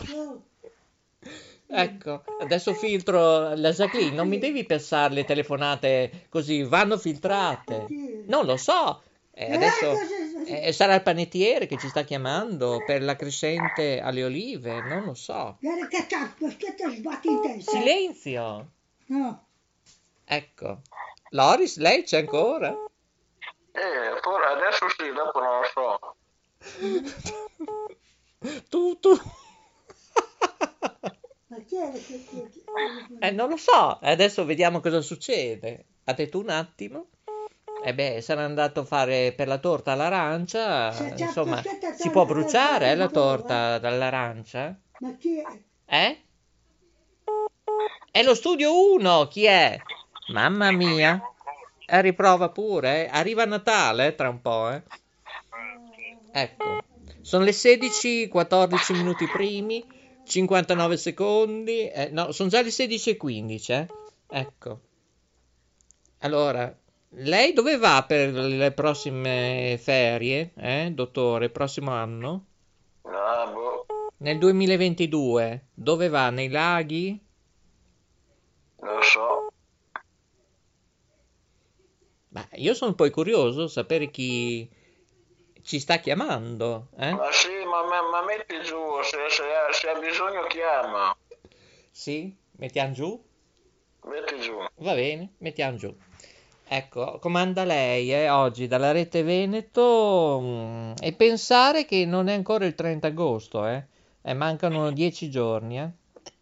Speaker 4: Ecco, adesso filtro la Jacqueline, non mi devi pensare le telefonate così, vanno filtrate. Non lo so. Eh, adesso eh, sarà il panettiere che ci sta chiamando per la crescente alle olive, non lo so.
Speaker 8: Guarda che cazzo, che ti sbatti in testa?
Speaker 4: Silenzio.
Speaker 8: No.
Speaker 4: Ecco. Loris, lei c'è ancora?
Speaker 5: Eh, poi adesso sì, dopo non lo so.
Speaker 4: Tu, tu.
Speaker 8: Ma chi è che ti...
Speaker 4: Eh, non lo so, adesso vediamo cosa succede. Ha detto un attimo. E beh, sarà andato a fare per la torta all'arancia,
Speaker 8: Se c'è
Speaker 4: insomma,
Speaker 8: questa
Speaker 4: si può
Speaker 8: torta
Speaker 4: bruciare eh, la
Speaker 8: al volo,
Speaker 4: torta dall'arancia?
Speaker 8: Ma chi è?
Speaker 4: Eh? È lo studio uno, chi è? Mamma mia. Eh, riprova pure, eh. Arriva Natale eh, tra un po', eh. Ecco. Sono le sedici, quattordici minuti primi, cinquantanove secondi. Eh, no, sono già le sedici e quindici, eh. Ecco. Allora, lei dove va per le prossime ferie, eh, dottore, il prossimo anno?
Speaker 5: Ah, boh,
Speaker 4: Nel duemilaventidue, dove va? Nei laghi?
Speaker 5: non lo so.
Speaker 4: Beh, io sono poi curioso sapere chi ci sta chiamando, eh?
Speaker 5: Ma sì, ma, ma, ma metti giù, se, se, ha, se ha bisogno chiama.
Speaker 4: Sì? Mettiamo giù?
Speaker 5: Metti giù.
Speaker 4: Va bene, mettiamo giù. Ecco, comanda lei, eh, oggi dalla Rete Veneto, mm, e pensare che non è ancora il trenta agosto, eh? Eh, mancano dieci giorni, eh?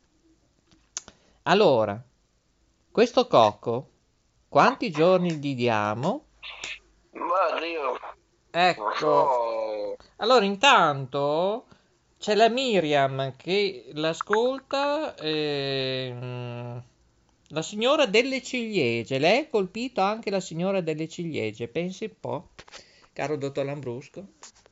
Speaker 4: Allora, questo Cocco, quanti giorni gli diamo?
Speaker 5: Ma Dio, non
Speaker 4: Ecco,
Speaker 5: so.
Speaker 4: allora intanto c'è la Miriam che l'ascolta, ehm, la signora delle ciliegie. Lei ha colpito anche la signora delle ciliegie, pensi un po', caro dottor Lambrusco.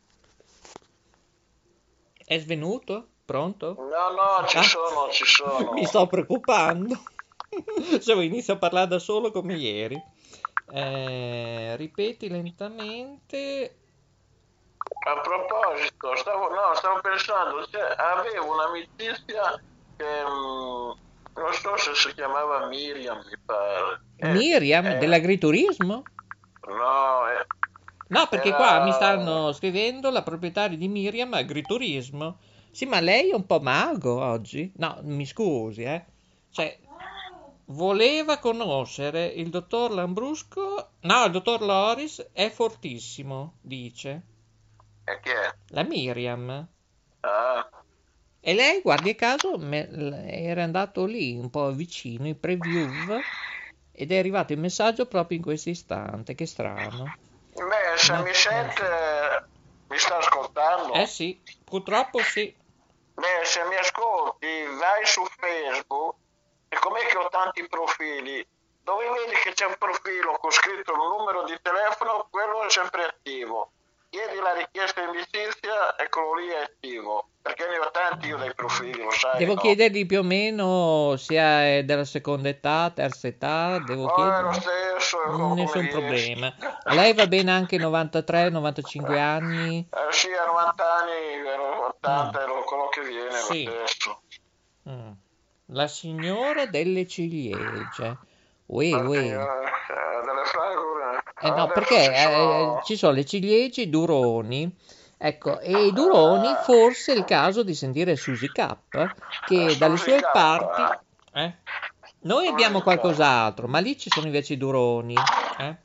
Speaker 4: È svenuto? Pronto?
Speaker 5: No, no, ci
Speaker 4: Ah,
Speaker 5: sono, ci sono.
Speaker 4: mi sto preoccupando. Se inizio a parlare da solo come ieri. Eh, ripeti lentamente.
Speaker 5: A proposito, stavo, no, stavo pensando, cioè, avevo un'amicizia che mm, non so se si chiamava Miriam, mi pare. Eh,
Speaker 4: Miriam
Speaker 5: eh,
Speaker 4: dell'agriturismo?
Speaker 5: No, eh,
Speaker 4: No, perché
Speaker 5: era...
Speaker 4: qua mi stanno scrivendo la proprietaria di Miriam Agriturismo. Sì, ma lei è un po' mago oggi? No, mi scusi, eh. Cioè, voleva conoscere il dottor Lambrusco. No, il dottor Loris è fortissimo, dice.
Speaker 5: E chi è?
Speaker 4: La Miriam.
Speaker 5: Ah,
Speaker 4: E lei, guardi caso, me- era andato lì un po' vicino, in preview, ed è arrivato il messaggio proprio in questo istante. Che strano.
Speaker 5: beh, se
Speaker 4: No,
Speaker 5: mi
Speaker 4: no.
Speaker 5: sente, mi sta ascoltando?
Speaker 4: Eh sì, purtroppo sì.
Speaker 5: Beh, se mi ascolti, vai su Facebook, e com'è che ho tanti profili, dove vedi che c'è un profilo con scritto un numero di telefono, quello è sempre attivo. Chiedi la richiesta di amicizia e quello lì è attivo, perché ne ho tanti io dei profili, lo sai.
Speaker 4: Devo
Speaker 5: no?
Speaker 4: chiedergli più o meno se è della seconda età, terza età, devo
Speaker 5: Oh, è
Speaker 4: chiedergli.
Speaker 5: lo stesso, è come
Speaker 4: Nessun
Speaker 5: riesci.
Speaker 4: problema. A lei va bene anche novantatré novantacinque anni?
Speaker 5: Eh, sì, a novanta anni, ero ottanta,
Speaker 4: Mm.
Speaker 5: ero quello che viene,
Speaker 4: Sì.
Speaker 5: lo stesso.
Speaker 4: Mm. La signora delle ciliegie. Uè,
Speaker 5: Ma
Speaker 4: uè.
Speaker 5: signora, eh, delle fragole.
Speaker 4: Eh no,
Speaker 5: Adesso
Speaker 4: perché
Speaker 5: ci
Speaker 4: eh,
Speaker 5: sono...
Speaker 4: ci sono le ciliegie, i duroni. Ecco, e i duroni forse è il caso di sentire Suzy K, che dalle
Speaker 5: Suzy
Speaker 4: sue
Speaker 5: K,
Speaker 4: parti... eh? Noi abbiamo
Speaker 5: Suzy K.
Speaker 4: qualcos'altro, ma lì ci sono invece i duroni. eh?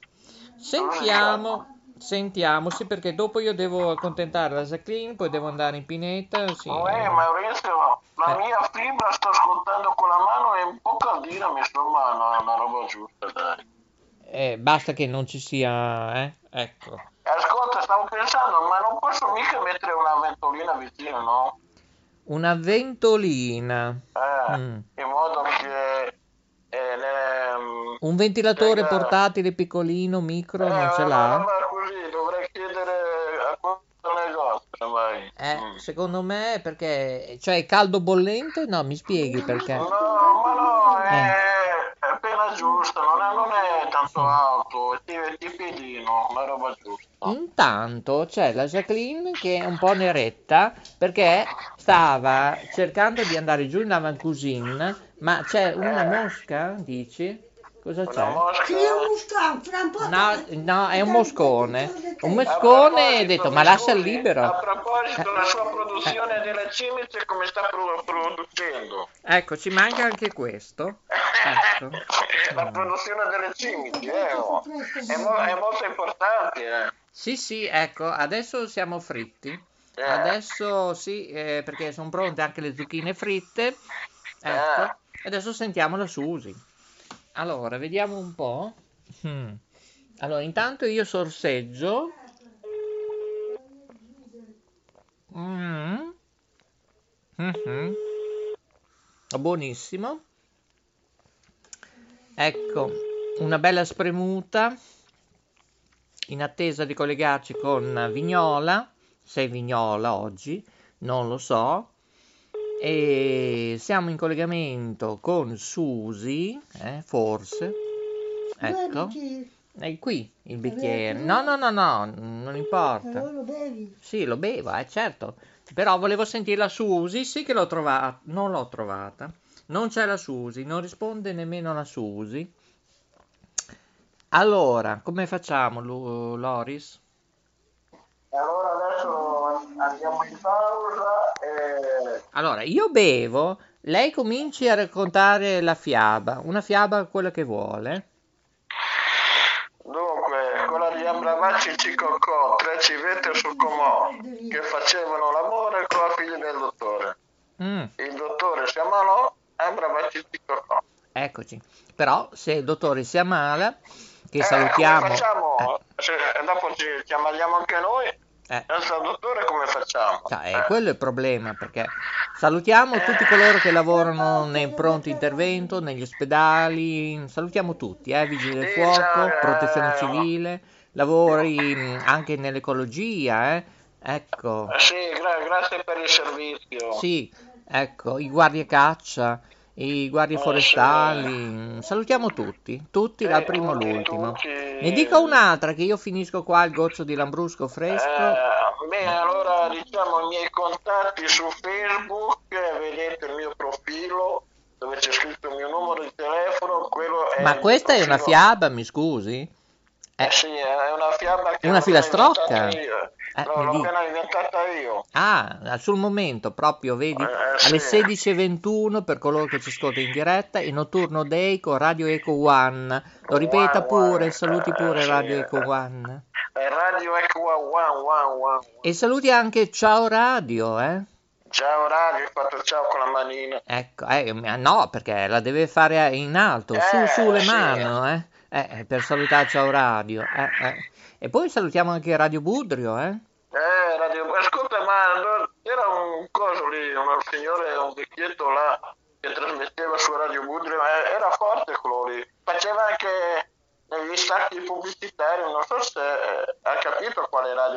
Speaker 4: Sentiamo, sentiamo, sì, perché dopo io devo accontentare la Jacqueline, poi devo andare in pineta, sì.
Speaker 5: Uè,
Speaker 4: eh.
Speaker 5: Maurizio, la
Speaker 4: Eh.
Speaker 5: mia fibra sto ascoltando con la mano e un po' caldina, mi insomma, una, una roba giusta, dai.
Speaker 4: Eh, basta che non ci sia, eh? Ecco.
Speaker 5: Ascolta, stavo pensando, ma non posso mica mettere una ventolina vicino, no?
Speaker 4: Una ventolina.
Speaker 5: Eh,
Speaker 4: Mm.
Speaker 5: in modo che... Eh, ne,
Speaker 4: Un ventilatore
Speaker 5: tenga-
Speaker 4: portatile piccolino, micro,
Speaker 5: eh,
Speaker 4: non ce
Speaker 5: una
Speaker 4: l'ha?
Speaker 5: roba così, dovrei chiedere a questo negozio, vai.
Speaker 4: Eh,
Speaker 5: Mm.
Speaker 4: secondo me è perché, cioè, caldo bollente? No, mi spieghi perché.
Speaker 5: No, ma no, è,
Speaker 4: Eh.
Speaker 5: è appena giusto, non è, non è tanto
Speaker 4: Mm.
Speaker 5: alto, è, ti- è tipidino, una roba giusta.
Speaker 4: Intanto c'è la Jacqueline che è un po' neretta perché stava cercando di andare giù in avant-cuisine, ma c'è una mosca, dici? Cosa
Speaker 5: Una
Speaker 4: c'è?
Speaker 5: mosca...
Speaker 8: Sì, è un moscone, fra un po'.
Speaker 4: No, no, è un moscone. Un
Speaker 5: A
Speaker 4: moscone, hai
Speaker 5: proposito,
Speaker 4: detto,
Speaker 5: mi
Speaker 4: ma lascia
Speaker 5: scusi,
Speaker 4: libero.
Speaker 5: A proposito,
Speaker 4: Eh.
Speaker 5: la sua produzione delle cimice come sta pro- producendo?
Speaker 4: Ecco, ci manca anche questo. Ecco.
Speaker 5: La produzione delle cimici, eh, oh. è, mo- è molto importante, eh.
Speaker 4: Sì, sì, ecco, adesso siamo fritti.
Speaker 5: Eh.
Speaker 4: Adesso sì, eh, perché sono pronte anche le zucchine fritte. Ecco.
Speaker 5: Eh.
Speaker 4: Adesso sentiamo la Susi. Allora, vediamo un po'. Hmm. Allora, intanto io sorseggio. Mm. Mhm. Buonissimo. Ecco, una bella spremuta in attesa di collegarci con Vignola, se è Vignola oggi, non lo so, e siamo in collegamento con Susi, eh, forse, ecco, è qui il bicchiere, no no no no, non importa,
Speaker 8: Allora lo bevi.
Speaker 4: sì lo bevo, eh, certo, però volevo sentire la Susi, sì che l'ho trovata, non l'ho trovata, non c'è la Susi, non risponde nemmeno la Susi. Allora, come facciamo, Lu- Loris?
Speaker 5: Allora adesso andiamo in pausa e...
Speaker 4: Allora, io bevo, lei cominci a raccontare la fiaba, una fiaba quella che vuole.
Speaker 5: Dunque, quella di Abravacci Cicocò, tre civette sul Comò, che facevano l'amore con la figlia del dottore.
Speaker 4: Mm,
Speaker 5: Il dottore si ammalò, Abravacci Cicocò.
Speaker 4: eccoci. Però, se il dottore si ammala, che
Speaker 5: Eh,
Speaker 4: salutiamo...
Speaker 5: come facciamo? Se, dopo ci, ci ammaliamo anche noi,
Speaker 4: Eh,
Speaker 5: senza il dottore come facciamo?
Speaker 4: cioè, eh, quello è il problema, perché salutiamo tutti coloro che lavorano nei pronto intervento, negli ospedali, salutiamo tutti, eh, vigili del
Speaker 5: Sì,
Speaker 4: fuoco,
Speaker 5: ciao,
Speaker 4: protezione
Speaker 5: eh,
Speaker 4: civile, lavori mh, anche nell'ecologia, eh. Ecco,
Speaker 5: Eh, sì, gra- grazie per il servizio.
Speaker 4: sì, ecco, i guardie caccia, i guardie
Speaker 5: Eh,
Speaker 4: forestali, mh, salutiamo tutti, tutti
Speaker 5: Sì,
Speaker 4: dal primo
Speaker 5: tutti,
Speaker 4: all'ultimo.
Speaker 5: tutti.
Speaker 4: Ne dica un'altra che io finisco qua il goccio di lambrusco fresco.
Speaker 5: Eh, bene, allora diciamo i miei contatti su Facebook, eh, vedete il mio profilo dove c'è scritto il mio numero di telefono, quello è
Speaker 4: Ma
Speaker 5: il
Speaker 4: questa è una
Speaker 5: profilo-
Speaker 4: fiaba, mi scusi?
Speaker 5: Eh
Speaker 4: Eh,
Speaker 5: sì, è una fiaba che
Speaker 4: Una
Speaker 5: l'ho
Speaker 4: filastrocca?
Speaker 5: appena inventata io.
Speaker 4: Eh,
Speaker 5: No,
Speaker 4: mi
Speaker 5: l'ho
Speaker 4: dica.
Speaker 5: appena inventata io.
Speaker 4: ah, sul momento proprio, vedi?
Speaker 5: Eh,
Speaker 4: Alle
Speaker 5: sì.
Speaker 4: sedici e ventuno per coloro che ci ascoltano in diretta, e Notturno Day con Radio Eco One. Lo ripeta
Speaker 5: One,
Speaker 4: pure,
Speaker 5: one,
Speaker 4: saluti
Speaker 5: eh,
Speaker 4: pure
Speaker 5: sì.
Speaker 4: Radio Eco One.
Speaker 5: Eh, Radio Eco One, one, one.
Speaker 4: E saluti anche Ciao Radio, eh?
Speaker 5: Ciao Radio, hai fatto ciao con la manina.
Speaker 4: Ecco, eh, no, perché la deve fare in alto, su,
Speaker 5: Eh,
Speaker 4: su le
Speaker 5: sì.
Speaker 4: mani, eh? Eh, per salutare Ciao Radio, eh, eh. E poi salutiamo anche Radio Budrio, eh?
Speaker 5: Eh, radio... Ascolta, ma no, c'era un coso lì, un signore, un vecchietto là, che trasmetteva su Radio Budrio, eh, era forte quello lì. Faceva anche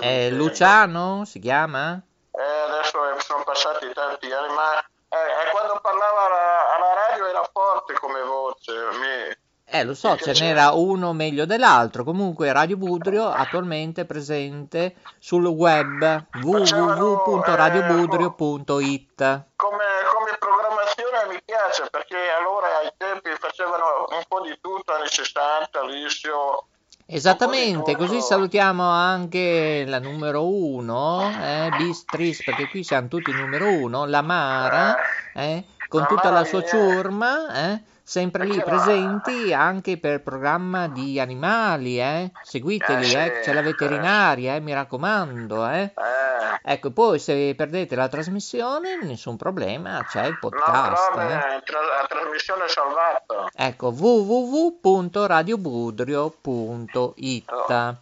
Speaker 4: Eh, Luciano si chiama?
Speaker 5: Eh, adesso sono passati tanti anni, ma eh, eh, quando parlava alla, alla radio era forte come voce. Mi,
Speaker 4: Eh, lo so, ce n'era uno meglio dell'altro. Comunque Radio Budrio attualmente è presente sul web w w w punto radio budrio punto i t.
Speaker 5: Come, come programmazione mi piace, perché allora ai tempi facevano un po' di tutto, anni sessanta, Lissio.
Speaker 4: Esattamente, così salutiamo anche la numero uno, eh, bis tris, perché qui siamo tutti numero uno, la Mara, eh, con tutta la sua ciurma, eh, sempre lì presenti anche per il programma di animali, eh, seguiteli, eh, c'è la veterinaria, eh, mi raccomando, eh. Ecco, poi se perdete la trasmissione, nessun problema, c'è il podcast.
Speaker 5: No, no,
Speaker 4: eh.
Speaker 5: tra- la trasmissione è salvata.
Speaker 4: Ecco, w w w punto radio budrio punto i t.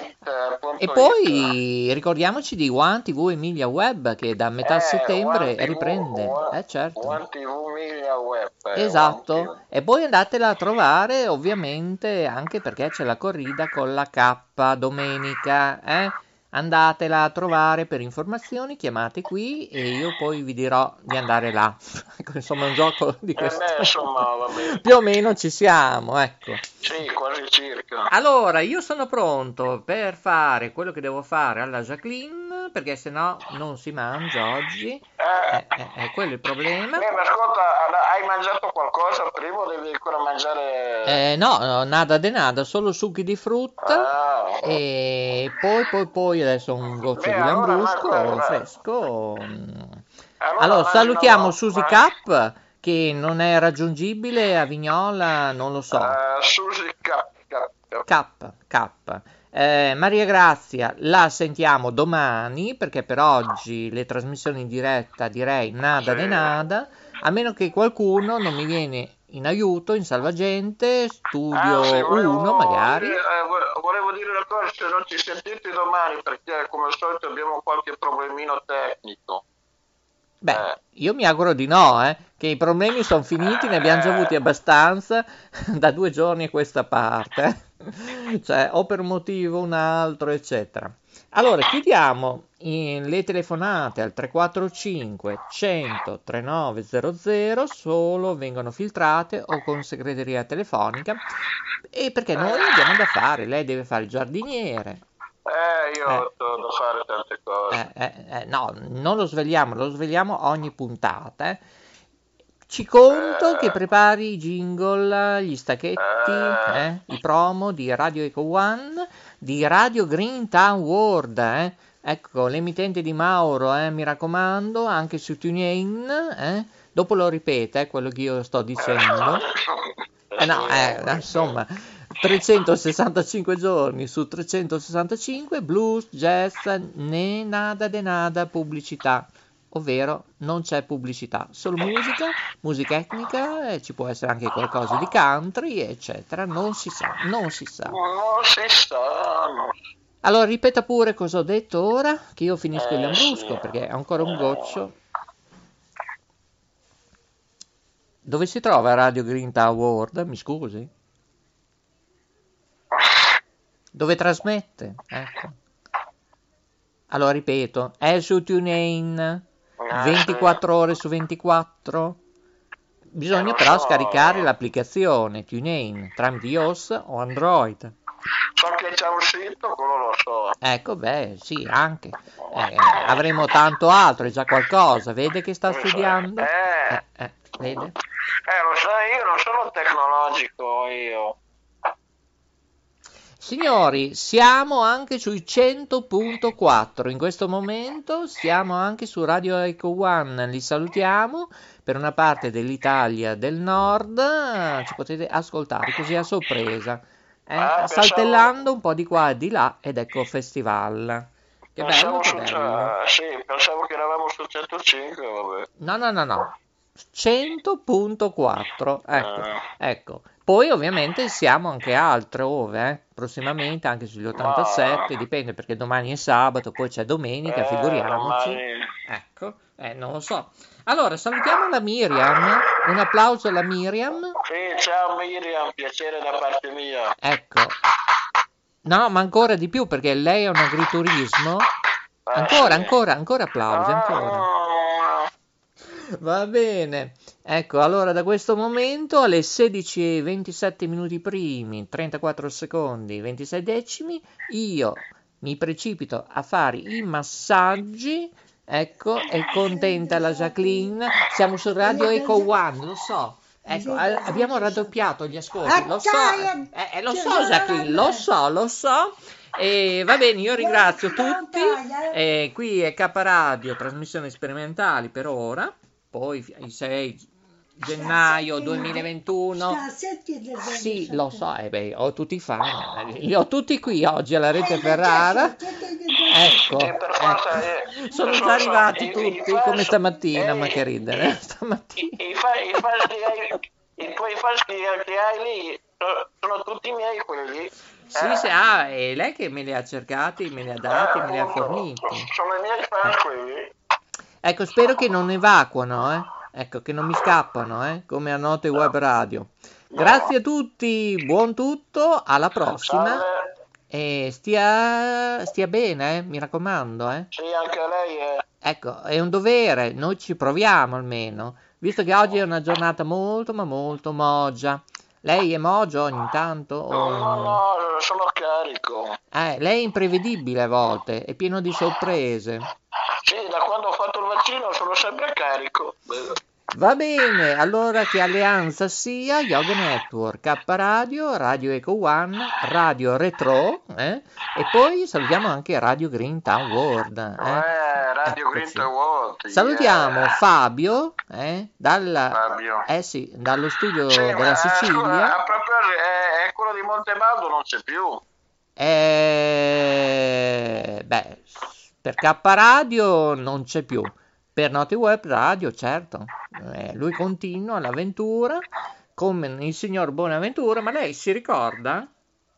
Speaker 4: E poi ricordiamoci di One ti vu Emilia Web che da metà
Speaker 5: Eh,
Speaker 4: settembre
Speaker 5: One ti vu,
Speaker 4: riprende.
Speaker 5: One-
Speaker 4: Eh certo.
Speaker 5: One ti vu Emilia Web. eh,
Speaker 4: Esatto.
Speaker 5: One ti vu.
Speaker 4: E poi andatela a trovare ovviamente anche perché c'è la corrida con la K domenica, eh? Andatela a trovare per informazioni, chiamate qui e io poi vi dirò di andare là. Ecco, insomma, è un gioco di
Speaker 5: Eh,
Speaker 4: questo.
Speaker 5: beh, insomma, va bene.
Speaker 4: Più o meno ci siamo, ecco.
Speaker 5: Sì, quasi circa.
Speaker 4: Allora, io sono pronto per fare quello che devo fare alla Jacqueline, perché sennò non si mangia oggi.
Speaker 5: Eh,
Speaker 4: Eh, eh, è quello il problema.
Speaker 5: beh, ma ascolta, hai mangiato qualcosa prima o devi ancora mangiare?
Speaker 4: Eh, no, no, nada de nada, solo succhi di frutta
Speaker 5: Ah.
Speaker 4: e poi, poi, poi adesso un goccio
Speaker 5: Beh,
Speaker 4: di
Speaker 5: allora,
Speaker 4: lambrusco
Speaker 5: ma guarda.
Speaker 4: fresco. Mm.
Speaker 5: Allora,
Speaker 4: Allora,
Speaker 5: mangi
Speaker 4: salutiamo
Speaker 5: una-
Speaker 4: Susi
Speaker 5: ma-
Speaker 4: Cap che non è raggiungibile a Vignola, non lo so.
Speaker 5: Eh, Susi Cap. Cap.
Speaker 4: Cap, Cap. Eh, Maria Grazia la sentiamo domani perché per oggi le trasmissioni in diretta direi nada
Speaker 5: Sì.
Speaker 4: de nada, a meno che qualcuno non mi viene in aiuto in Salvagente, studio
Speaker 5: Ah, sì, volevo
Speaker 4: uno magari.
Speaker 5: dire- eh, vo- volevo dire una cosa, se non ci sentite domani, perché come al solito abbiamo qualche problemino tecnico.
Speaker 4: Beh, io mi auguro di no, eh, che i problemi sono finiti, ne abbiamo già avuti abbastanza da due giorni a questa parte, cioè o per un motivo o un altro, eccetera. Allora, chiudiamo in- le telefonate al tre quattro cinque cento trentanove zero zero, solo vengono filtrate o con segreteria telefonica, e perché noi abbiamo da fare, lei deve fare il giardiniere.
Speaker 5: Eh, io
Speaker 4: Eh.
Speaker 5: ho da fare tante cose.
Speaker 4: Eh, eh, eh, no, non lo svegliamo, lo svegliamo ogni puntata. eh. Ci conto che prepari i jingle, gli stacchetti, eh, i promo di Radio Eco One, di Radio Green Town World. Eh. Ecco, l'emittente di Mauro, eh, mi raccomando, anche su TuneIn. Eh. Dopo lo ripete, eh, quello che io sto dicendo. Eh no, eh, insomma, trecentosessantacinque giorni su trecentosessantacinque, blues, jazz, né nada de nada pubblicità, ovvero non c'è pubblicità, solo musica, musica etnica, e ci può essere anche qualcosa di country, eccetera, non si sa, non si sa.
Speaker 5: Non si sa, no.
Speaker 4: Allora, ripeta pure cosa ho detto ora, che io finisco il
Speaker 5: Eh,
Speaker 4: lambrusco,
Speaker 5: sì.
Speaker 4: perché è ancora un goccio. Dove si trova Radio Green Town World? Mi scusi? Dove trasmette? Ecco. Allora ripeto, è su TuneIn ventiquattro ore su ventiquattro. Bisogna però scaricare l'applicazione TuneIn tramite iOS o Android.
Speaker 5: So che c'è un sito, quello lo so.
Speaker 4: Ecco, beh, sì, anche. Eh, avremo tanto altro, è già qualcosa. Vede che sta studiando?
Speaker 5: Eh,
Speaker 4: Eh, eh, vede?
Speaker 5: eh, lo so, io non sono tecnologico, io.
Speaker 4: Signori, siamo anche sui cento punto quattro in questo momento, siamo anche su Radio Eco One, li salutiamo per una parte dell'Italia del nord, ci potete ascoltare così a sorpresa, eh,
Speaker 5: Ah,
Speaker 4: saltellando un po' di qua e di là ed ecco festival. Che bello,
Speaker 5: Pensavo,
Speaker 4: che
Speaker 5: su,
Speaker 4: bello.
Speaker 5: eh, sì, pensavo che eravamo su centocinque, vabbè.
Speaker 4: No, no, no, no. cento punto quattro, ecco,
Speaker 5: Eh.
Speaker 4: ecco. Poi ovviamente siamo anche altrove, eh? Prossimamente anche sugli ottantasette, dipende perché domani è sabato, poi c'è domenica,
Speaker 5: Eh,
Speaker 4: figuriamoci.
Speaker 5: domani-
Speaker 4: Ecco, eh, non lo so. Allora, salutiamo la Miriam, un applauso alla Miriam.
Speaker 5: Sì, ciao Miriam, piacere da parte mia.
Speaker 4: Ecco, No, ma ancora di più perché lei è un agriturismo. Ancora, ancora, ancora applausi, ancora. Va bene. Ecco, allora da questo momento alle sedici e ventisette minuti primi, trentaquattro secondi, ventisei decimi, io mi precipito a fare i massaggi. Ecco, è contenta la Jacqueline. Siamo su Radio Eco One, lo so. Ecco, a- abbiamo raddoppiato gli ascolti, lo so, eh, eh, lo so Jacqueline, lo so, lo so. E va bene, io ringrazio tutti. E qui è K Radio, trasmissioni sperimentali per ora. Poi il sei gennaio duemilaventuno. Sì, lo so, eh beh, ho tutti i fan, li ho tutti qui oggi alla rete Ferrara. Ecco, ecco. Sono già arrivati tutti come stamattina, ma che ridere, stamattina.
Speaker 5: I, i, fa- i fans che hai, i tuoi fans che che hai lì so- sono tutti miei quelli.
Speaker 4: Sì,
Speaker 5: Eh,
Speaker 4: sì, ah, è lei che me li ha cercati, me li ha dati, me li ha
Speaker 5: appunto,
Speaker 4: forniti.
Speaker 5: sono i miei fans quelli.
Speaker 4: Ecco, spero che non evacuano, eh. Ecco, che non mi scappano, eh, come a Note Web Radio. Grazie a tutti, buon tutto, alla prossima. E stia, stia bene, eh, mi raccomando, eh.
Speaker 5: Sì, anche lei è.
Speaker 4: Ecco, è un dovere, noi ci proviamo almeno, visto che oggi è una giornata molto, ma molto moggia. Lei è mogio ogni tanto? O...
Speaker 5: No, no, sono carico.
Speaker 4: Eh, lei è imprevedibile a volte, è pieno di sorprese.
Speaker 5: Sì, da quando ho fatto il vaccino sono sempre carico.
Speaker 4: Va bene, allora che alleanza sia Yoga Network, K Radio, Radio Eco One, Radio Retro, eh? E poi salutiamo anche Radio Green Town World. Eh?
Speaker 5: Eh, Radio
Speaker 4: Ecco,
Speaker 5: Green
Speaker 4: sì.
Speaker 5: World.
Speaker 4: Salutiamo
Speaker 5: yeah.
Speaker 4: Fabio, eh? Dalla,
Speaker 5: Fabio.
Speaker 4: eh sì, dallo studio
Speaker 5: Sì,
Speaker 4: della
Speaker 5: ma, eh,
Speaker 4: Sicilia.
Speaker 5: scusa, a proposito, è, è quello di Montebaldo, non c'è più.
Speaker 4: Eh, beh, per K Radio non c'è più, per Note Web Radio certo, eh, lui continua l'avventura come il signor Bonaventura, ma lei si ricorda?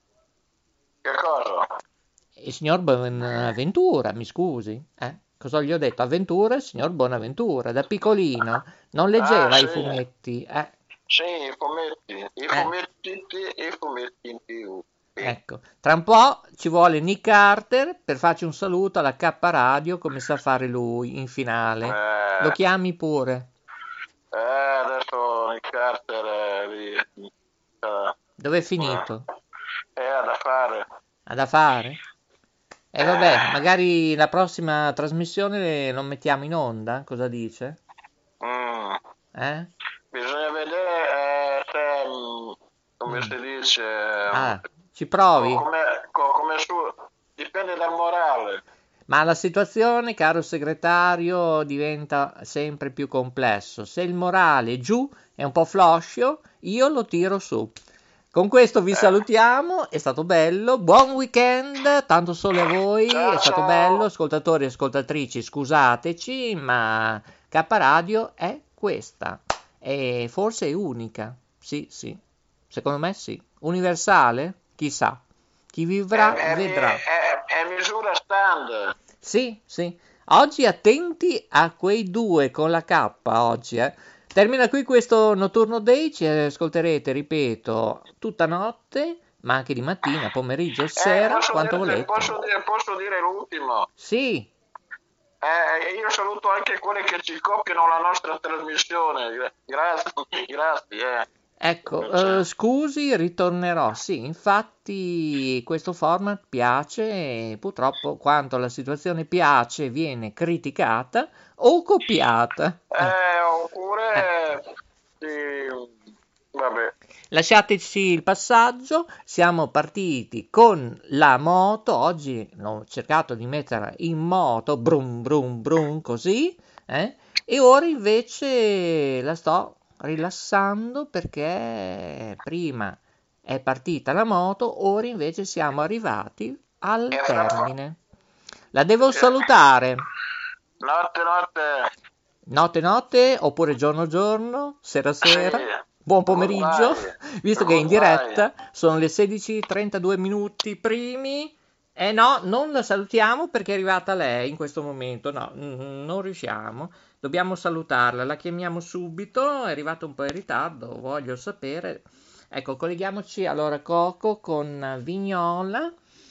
Speaker 5: Che cosa?
Speaker 4: Il signor Bonaventura, mi scusi, eh? Cosa gli ho detto? Avventura, il signor Bonaventura, da piccolino, non leggeva
Speaker 5: Ah,
Speaker 4: i
Speaker 5: sì.
Speaker 4: fumetti, eh?
Speaker 5: Sì, i fumetti, i
Speaker 4: Eh.
Speaker 5: fumetti e i fumetti in più.
Speaker 4: Ecco, tra un po' ci vuole Nick Carter per farci un saluto alla K Radio come sa fare lui in finale.
Speaker 5: Eh.
Speaker 4: Lo chiami pure.
Speaker 5: Eh, adesso il Carter è lì. Eh,
Speaker 4: Dove è finito?
Speaker 5: eh, ha da fare.
Speaker 4: Ha da fare? E vabbè, magari la prossima trasmissione lo mettiamo in onda, cosa dice?
Speaker 5: Mm.
Speaker 4: Eh?
Speaker 5: Bisogna vedere eh, se, mm, come
Speaker 4: Mm.
Speaker 5: si dice,
Speaker 4: Ah, ci provi?
Speaker 5: come, co- come su, dipende dal morale.
Speaker 4: Ma la situazione, caro segretario, diventa sempre più complesso. Se il morale è giù, è un po' floscio, io lo tiro su. Con questo vi salutiamo, è stato bello, buon weekend, tanto sole a voi,
Speaker 5: Ciao,
Speaker 4: è stato
Speaker 5: ciao.
Speaker 4: bello, ascoltatori e ascoltatrici, scusateci, ma K Radio è questa, e forse è unica, sì, sì, secondo me sì, universale, chissà, chi vivrà
Speaker 5: È, è,
Speaker 4: vedrà.
Speaker 5: è, è misura standard.
Speaker 4: Sì, sì. Oggi attenti a quei due con la K oggi, eh. Termina qui questo notturno day, ci ascolterete, ripeto, tutta notte, ma anche di mattina, pomeriggio,
Speaker 5: Eh,
Speaker 4: sera,
Speaker 5: posso,
Speaker 4: quanto
Speaker 5: dirti-
Speaker 4: volete.
Speaker 5: posso dire, posso dire l'ultimo?
Speaker 4: Sì,
Speaker 5: Eh, io saluto anche quelli che ci copiano la nostra trasmissione. Gra- Grazie, grazie. Eh.
Speaker 4: ecco, eh, scusi, ritornerò. Sì, infatti questo format piace e purtroppo quanto la situazione piace viene criticata o copiata. Eh.
Speaker 5: Eh, oppure, sì, vabbè.
Speaker 4: Lasciateci il passaggio, siamo partiti con la moto, oggi ho cercato di metterla in moto, brum brum brum così, eh? E ora invece la sto rilassando perché prima è partita la moto, ora invece siamo arrivati al termine. La devo salutare.
Speaker 5: Notte, notte.
Speaker 4: Notte notte, oppure giorno giorno, sera sera.
Speaker 5: Sì.
Speaker 4: Buon pomeriggio,
Speaker 5: Goodbye.
Speaker 4: visto che è in
Speaker 5: Goodbye.
Speaker 4: diretta, sono le sedici e trentadue minuti primi. Eh no, non la salutiamo perché è arrivata lei in questo momento, no, n- non riusciamo, dobbiamo salutarla, la chiamiamo subito, è arrivata un po' in ritardo, voglio sapere. Ecco, colleghiamoci allora Coco con Vignola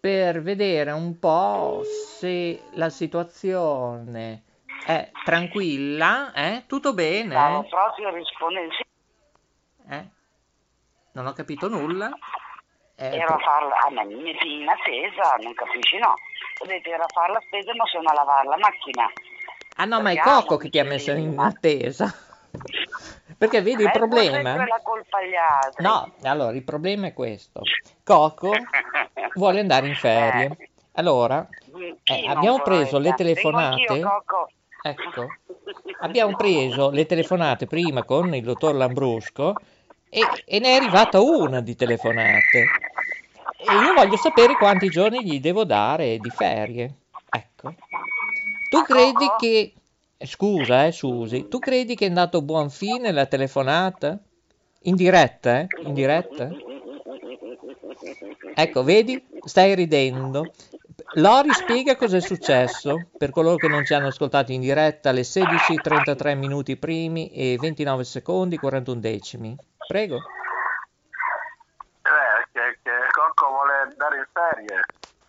Speaker 4: per vedere un po' se la situazione è tranquilla, eh? Tutto
Speaker 11: Stavo
Speaker 4: bene?
Speaker 11: proprio rispondendo. Sì,
Speaker 4: Eh? Non ho capito nulla. Eh,
Speaker 11: ero a farla, ah, ma mi metti in attesa, non capisci, no? Ho detto ero a fare la spesa ma sono a lavare la macchina.
Speaker 4: Ah no, ma è
Speaker 11: Perché amo
Speaker 4: Coco che ti ha messo in
Speaker 11: Michelin.
Speaker 4: attesa. Perché vedi il
Speaker 11: Eh, poi
Speaker 4: problema?
Speaker 11: sempre la colpa agli altri.
Speaker 4: No, allora il problema è questo. Coco vuole andare in ferie.
Speaker 11: Eh,
Speaker 4: Allora,
Speaker 11: chi
Speaker 4: eh,
Speaker 11: non
Speaker 4: abbiamo preso le
Speaker 11: vorrebbe? Vengo anch'io,
Speaker 4: telefonate.
Speaker 11: Coco.
Speaker 4: Ecco, abbiamo preso le telefonate prima con il dottor Lambrusco e, e ne è arrivata una di telefonate. E io voglio sapere quanti giorni gli devo dare di ferie. Ecco. Tu credi
Speaker 11: Coco?
Speaker 4: che... Scusa, eh, Susi, tu credi che è andato a buon fine la telefonata? In diretta, eh? In diretta? Ecco, vedi? Stai ridendo. Lori spiega cosa è successo per coloro che non ci hanno ascoltato in diretta alle sedici e trentatré minuti primi e ventinove secondi quarantuno decimi. Prego.
Speaker 5: Eh, che, che Cocco vuole andare in ferie.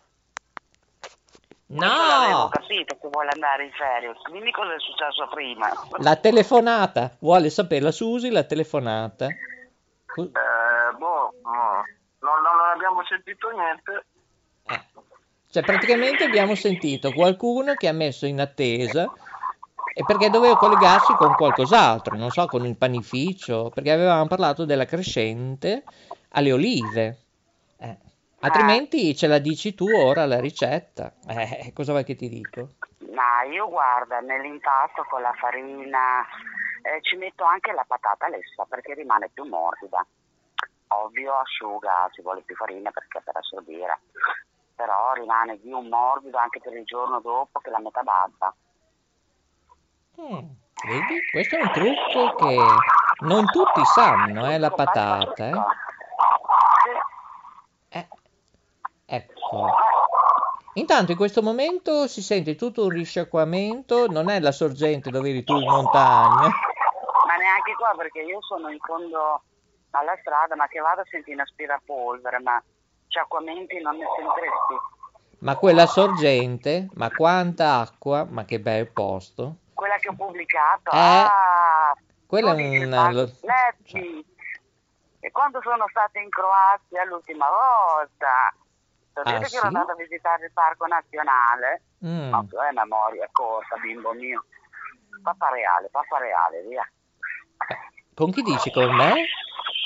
Speaker 11: Io l'avevo
Speaker 4: No!
Speaker 11: capito che vuole andare in ferie. Dimmi cosa è successo prima.
Speaker 4: La telefonata. Vuole sapere la Susi la telefonata. Co-
Speaker 5: Eh, boh, no. Non, non abbiamo sentito niente.
Speaker 4: eh. Cioè, praticamente abbiamo sentito qualcuno che ha messo in attesa e perché doveva collegarsi con qualcos'altro, non so, con il panificio, perché avevamo parlato della crescente alle olive. Eh. Altrimenti ce la dici tu ora la ricetta. Eh, cosa vuoi che ti dico?
Speaker 11: Ma io guarda, nell'impasto con la farina eh, ci metto anche la patata lessa perché rimane più morbida. Ovvio asciuga, ci vuole più farina perché per assorbire. Però rimane più morbido anche per il giorno dopo che la metà basta.
Speaker 4: Mm, vedi? Questo è un trucco che non tutti sanno, eh, la patata. Eh. Eh, ecco. Intanto in questo momento si sente tutto un risciacquamento, non è la sorgente dove eri tu in montagna.
Speaker 11: Ma neanche qua perché io sono in fondo alla strada, ma che vado a sentire un aspirapolvere, ma sciacquamenti non ne sentiresti.
Speaker 4: Ma quella sorgente, ma quanta acqua, ma che bel posto.
Speaker 11: Quella che ho pubblicato,
Speaker 4: Eh,
Speaker 11: ah,
Speaker 4: quella
Speaker 11: tu
Speaker 4: è
Speaker 11: dici,
Speaker 4: un...
Speaker 11: ma
Speaker 4: lo-
Speaker 11: letti. E quando sono stata in Croazia l'ultima volta, sapete
Speaker 4: Ah,
Speaker 11: che
Speaker 4: sì?
Speaker 11: ero andata a visitare il parco nazionale?
Speaker 4: Mm.
Speaker 11: No, tu hai memoria corta, bimbo mio. Papà reale, papà reale, via.
Speaker 4: Con chi dici? Con me?
Speaker 11: Eh,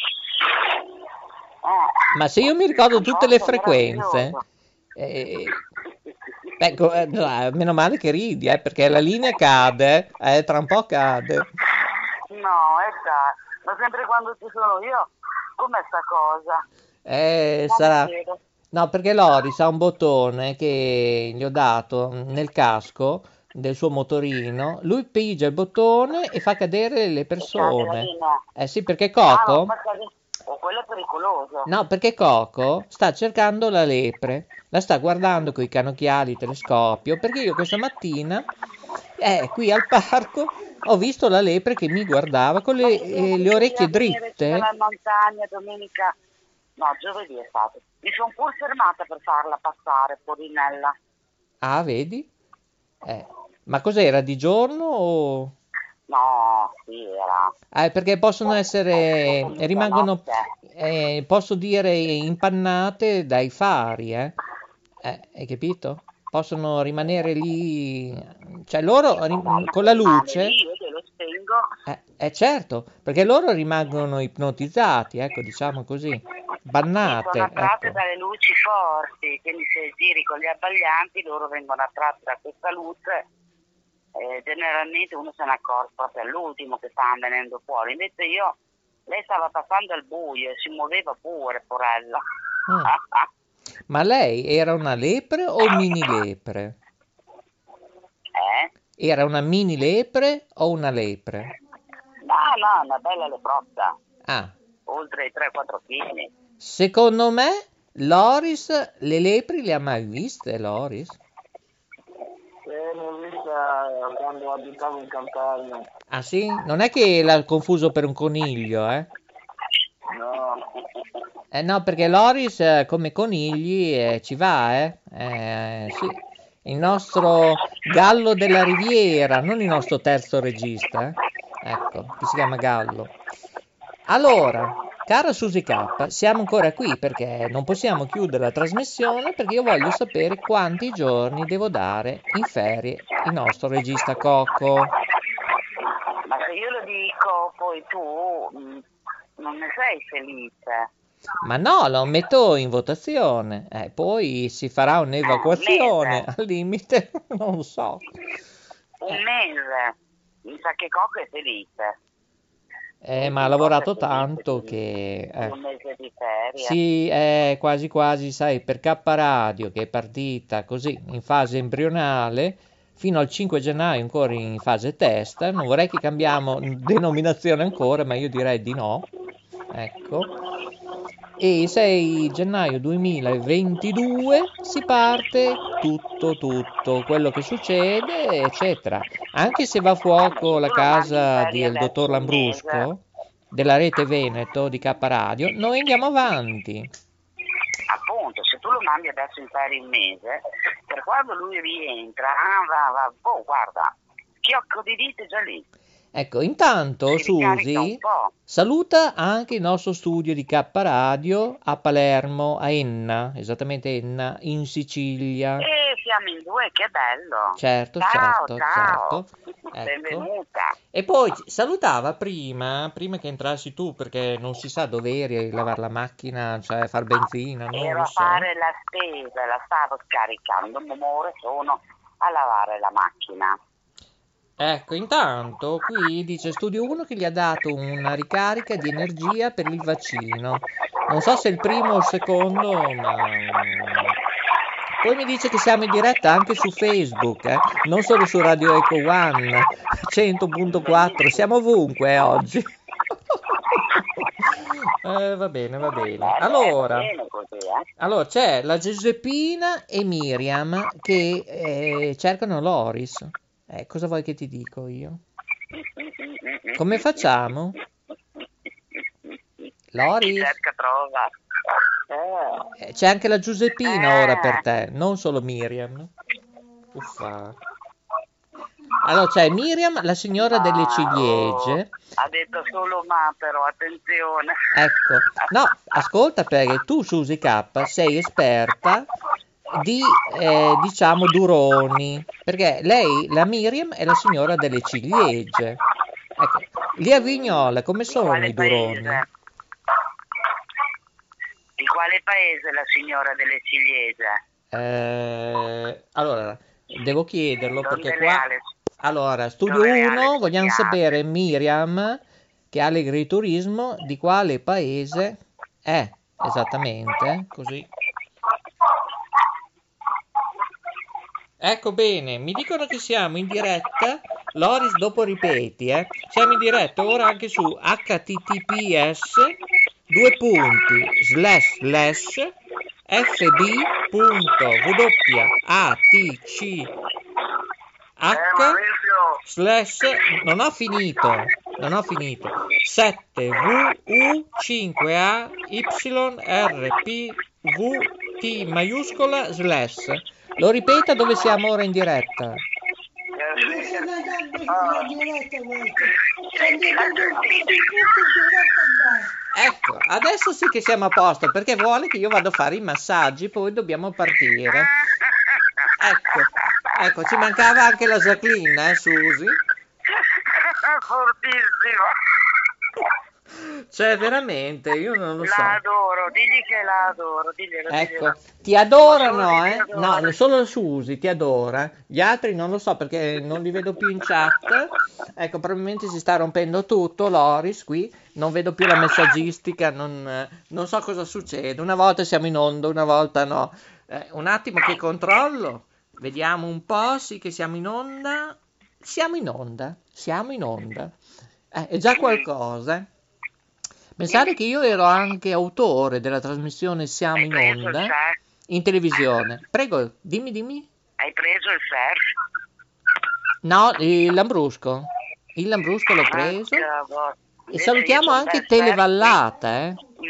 Speaker 4: Ma se io mi ricordo tutte le
Speaker 11: posto
Speaker 4: frequenze...
Speaker 11: meraviglioso.
Speaker 4: eh, ecco, eh, no, meno male che ridi, eh, perché la linea cade, eh, tra un po' cade.
Speaker 11: No, è sta. Ma sempre quando ci sono io, com'è sta cosa?
Speaker 4: Eh,
Speaker 11: Non
Speaker 4: sarà...
Speaker 11: mi chiedo.
Speaker 4: No, perché Loris ha un bottone che gli ho dato nel casco del suo motorino, lui pigia il bottone e fa cadere le persone. Eh sì, perché
Speaker 11: Ah,
Speaker 4: Coco...
Speaker 11: non fa cadere. Oh, quello è pericoloso.
Speaker 4: No, perché Coco sta cercando la lepre, la sta guardando con i canocchiali, telescopio, perché io questa mattina, eh, qui al parco, ho visto la lepre che mi guardava con le, eh, le orecchie dritte.
Speaker 11: Alla montagna domenica, no, giovedì è stato. Mi sono pur fermata per farla passare, porinella.
Speaker 4: Ah, vedi? Eh, ma cos'era, di giorno o...
Speaker 11: No, sì, era.
Speaker 4: Ah, perché possono essere, rimangono, eh, posso dire, impannate dai fari, eh? Eh, hai capito? Possono rimanere lì, cioè loro rim- con la luce,
Speaker 11: Io glielo spengo.
Speaker 4: eh, eh, certo, perché loro rimangono ipnotizzati, ecco, diciamo così, bannate,
Speaker 11: Sono attratte
Speaker 4: ecco.
Speaker 11: dalle luci forti, quindi se giri con gli abbaglianti loro vengono attratti da questa luce. Eh, generalmente uno se ne accorge proprio all'ultimo che stavano venendo fuori, invece io, lei stava passando al buio e si muoveva pure, porella.
Speaker 4: Mm. Ma lei era una lepre o mini lepre?
Speaker 11: Eh?
Speaker 4: Era una mini lepre o una lepre?
Speaker 11: No, no, una bella leprotta,
Speaker 4: Ah,
Speaker 11: oltre i tre quattro chili.
Speaker 4: secondo me Loris le lepri le ha mai viste, Loris?
Speaker 5: Eh, l'ho vista quando abitavo in campagna.
Speaker 4: Ah sì? Non è che l'ha confuso per un coniglio, eh?
Speaker 5: No.
Speaker 4: Eh, no, perché Loris eh, come conigli eh, ci va, eh? Eh, sì. Il nostro Gallo della Riviera, non il nostro terzo regista, eh? Ecco, che si chiama Gallo. Allora, cara Susi K, siamo ancora qui perché non possiamo chiudere la trasmissione perché io voglio sapere quanti giorni devo dare in ferie il nostro regista Cocco.
Speaker 11: Ma se io lo dico, poi tu mh, non ne sei felice.
Speaker 4: Ma no, lo metto in votazione, eh, poi si farà un'evacuazione,
Speaker 11: mese.
Speaker 4: al limite, non lo so.
Speaker 11: Un mese. Mi sa che Cocco è felice.
Speaker 4: Eh, ma ha lavorato tanto che... eh.
Speaker 11: Un mese di ferie.
Speaker 4: Sì, eh, quasi quasi, sai, per K Radio che è partita così in fase embrionale, fino al cinque gennaio ancora in fase test, non vorrei che cambiamo denominazione ancora, ma io direi di no, ecco. E il sei gennaio duemilaventidue si parte tutto, tutto, quello che succede, eccetera. Anche se va a fuoco la casa del dottor Lambrusco, della rete Veneto di K Radio, noi andiamo avanti.
Speaker 11: Appunto, se tu lo mandi adesso in ferie un mese, per quando lui rientra, ah, va, va, oh, guarda, chiocco di dita è già lì.
Speaker 4: Ecco, intanto
Speaker 11: Si ricarica
Speaker 4: Susi
Speaker 11: un po'.
Speaker 4: saluta anche il nostro studio di K Radio a Palermo, a Enna, esattamente Enna, in Sicilia.
Speaker 11: E siamo in due, che bello.
Speaker 4: Certo,
Speaker 11: ciao,
Speaker 4: certo,
Speaker 11: ciao.
Speaker 4: certo.
Speaker 11: Benvenuta.
Speaker 4: E poi ci- salutava prima, prima che entrassi tu, perché non si sa dove eri, lavare la macchina, cioè far benzina, non
Speaker 11: Ero
Speaker 4: lo
Speaker 11: a
Speaker 4: so.
Speaker 11: fare la spesa, la stavo scaricando, ora sono a lavare la macchina.
Speaker 4: Ecco, intanto qui dice Studio uno che gli ha dato una ricarica di energia per il vaccino. Non so se il primo o il secondo, ma... Poi mi dice che siamo in diretta anche su Facebook, eh? Non solo su Radio Eco One, cento virgola quattro, siamo ovunque eh, oggi. Eh, va bene, va bene. Allora,
Speaker 11: Bene così, eh?
Speaker 4: allora c'è la Giuseppina e Miriam che eh, cercano Loris. Eh, cosa vuoi che ti dico io? Come facciamo? Loris?
Speaker 11: Cerca, trova.
Speaker 4: Eh, c'è anche la Giuseppina ora per te, non solo Miriam. Uffa. Allora c'è Miriam, la signora delle ciliegie.
Speaker 11: Ha detto solo ma, però attenzione.
Speaker 4: Ecco, no, ascolta perché tu Susi K sei esperta di, eh, diciamo, duroni, perché lei, la Miriam, è la signora delle ciliegie. Ecco, lì a Vignola come sono i duroni?
Speaker 11: Di quale paese la signora delle ciliegie?
Speaker 4: Eh, allora, devo chiederlo
Speaker 11: Don
Speaker 4: perché
Speaker 11: Dele
Speaker 4: qua...
Speaker 11: Ale.
Speaker 4: Allora, Studio
Speaker 11: Dove le
Speaker 4: uno,
Speaker 11: ale
Speaker 4: vogliamo
Speaker 11: studiate?
Speaker 4: sapere Miriam, che ha l'agriturismo, di quale paese è, esattamente, così. Ecco bene, mi dicono che siamo in diretta, Loris dopo ripeti, eh. Siamo in diretta ora anche su H T T P S due punti slash slash fb punto watch H slash non ho finito non ho finito sette v u cinque a y r p v t maiuscola slash. Lo ripeta dove siamo ora in diretta.
Speaker 8: Adesso andando in diretta questo. Senti la diretta.
Speaker 4: Ecco, adesso sì che siamo a posto perché vuole che io vada a fare i massaggi, poi dobbiamo partire. Ecco, ecco, ci mancava anche la Jacqueline, eh, Susi?
Speaker 11: Fortissimo.
Speaker 4: Cioè, veramente, io non lo so.
Speaker 11: La adoro, digli che la adoro, diglielo,
Speaker 4: Ecco,
Speaker 11: diglielo.
Speaker 4: ti adorano,
Speaker 11: Solo
Speaker 4: eh?
Speaker 11: ti adoro.
Speaker 4: No, non solo Susi ti adora. Gli altri non lo so perché non li vedo più in chat. Ecco, probabilmente si sta rompendo tutto, Loris, qui. Non vedo più la messaggistica, non, eh, non so cosa succede. Una volta siamo in onda, una volta no. Eh, un attimo che controllo. Vediamo un po', sì che siamo in onda. Siamo in onda, siamo in onda. Eh, è già qualcosa, eh. Pensare che io ero anche autore della trasmissione Siamo in
Speaker 11: Hai preso
Speaker 4: onda
Speaker 11: il surf?
Speaker 4: in televisione. Prego, dimmi, dimmi.
Speaker 11: Hai preso il surf?
Speaker 4: No, il Lambrusco. Il Lambrusco l'ho preso.
Speaker 11: Porca boia.
Speaker 4: E
Speaker 11: Invece
Speaker 4: salutiamo
Speaker 11: io
Speaker 4: anche
Speaker 11: sul surf,
Speaker 4: Televallata, eh.
Speaker 11: Mi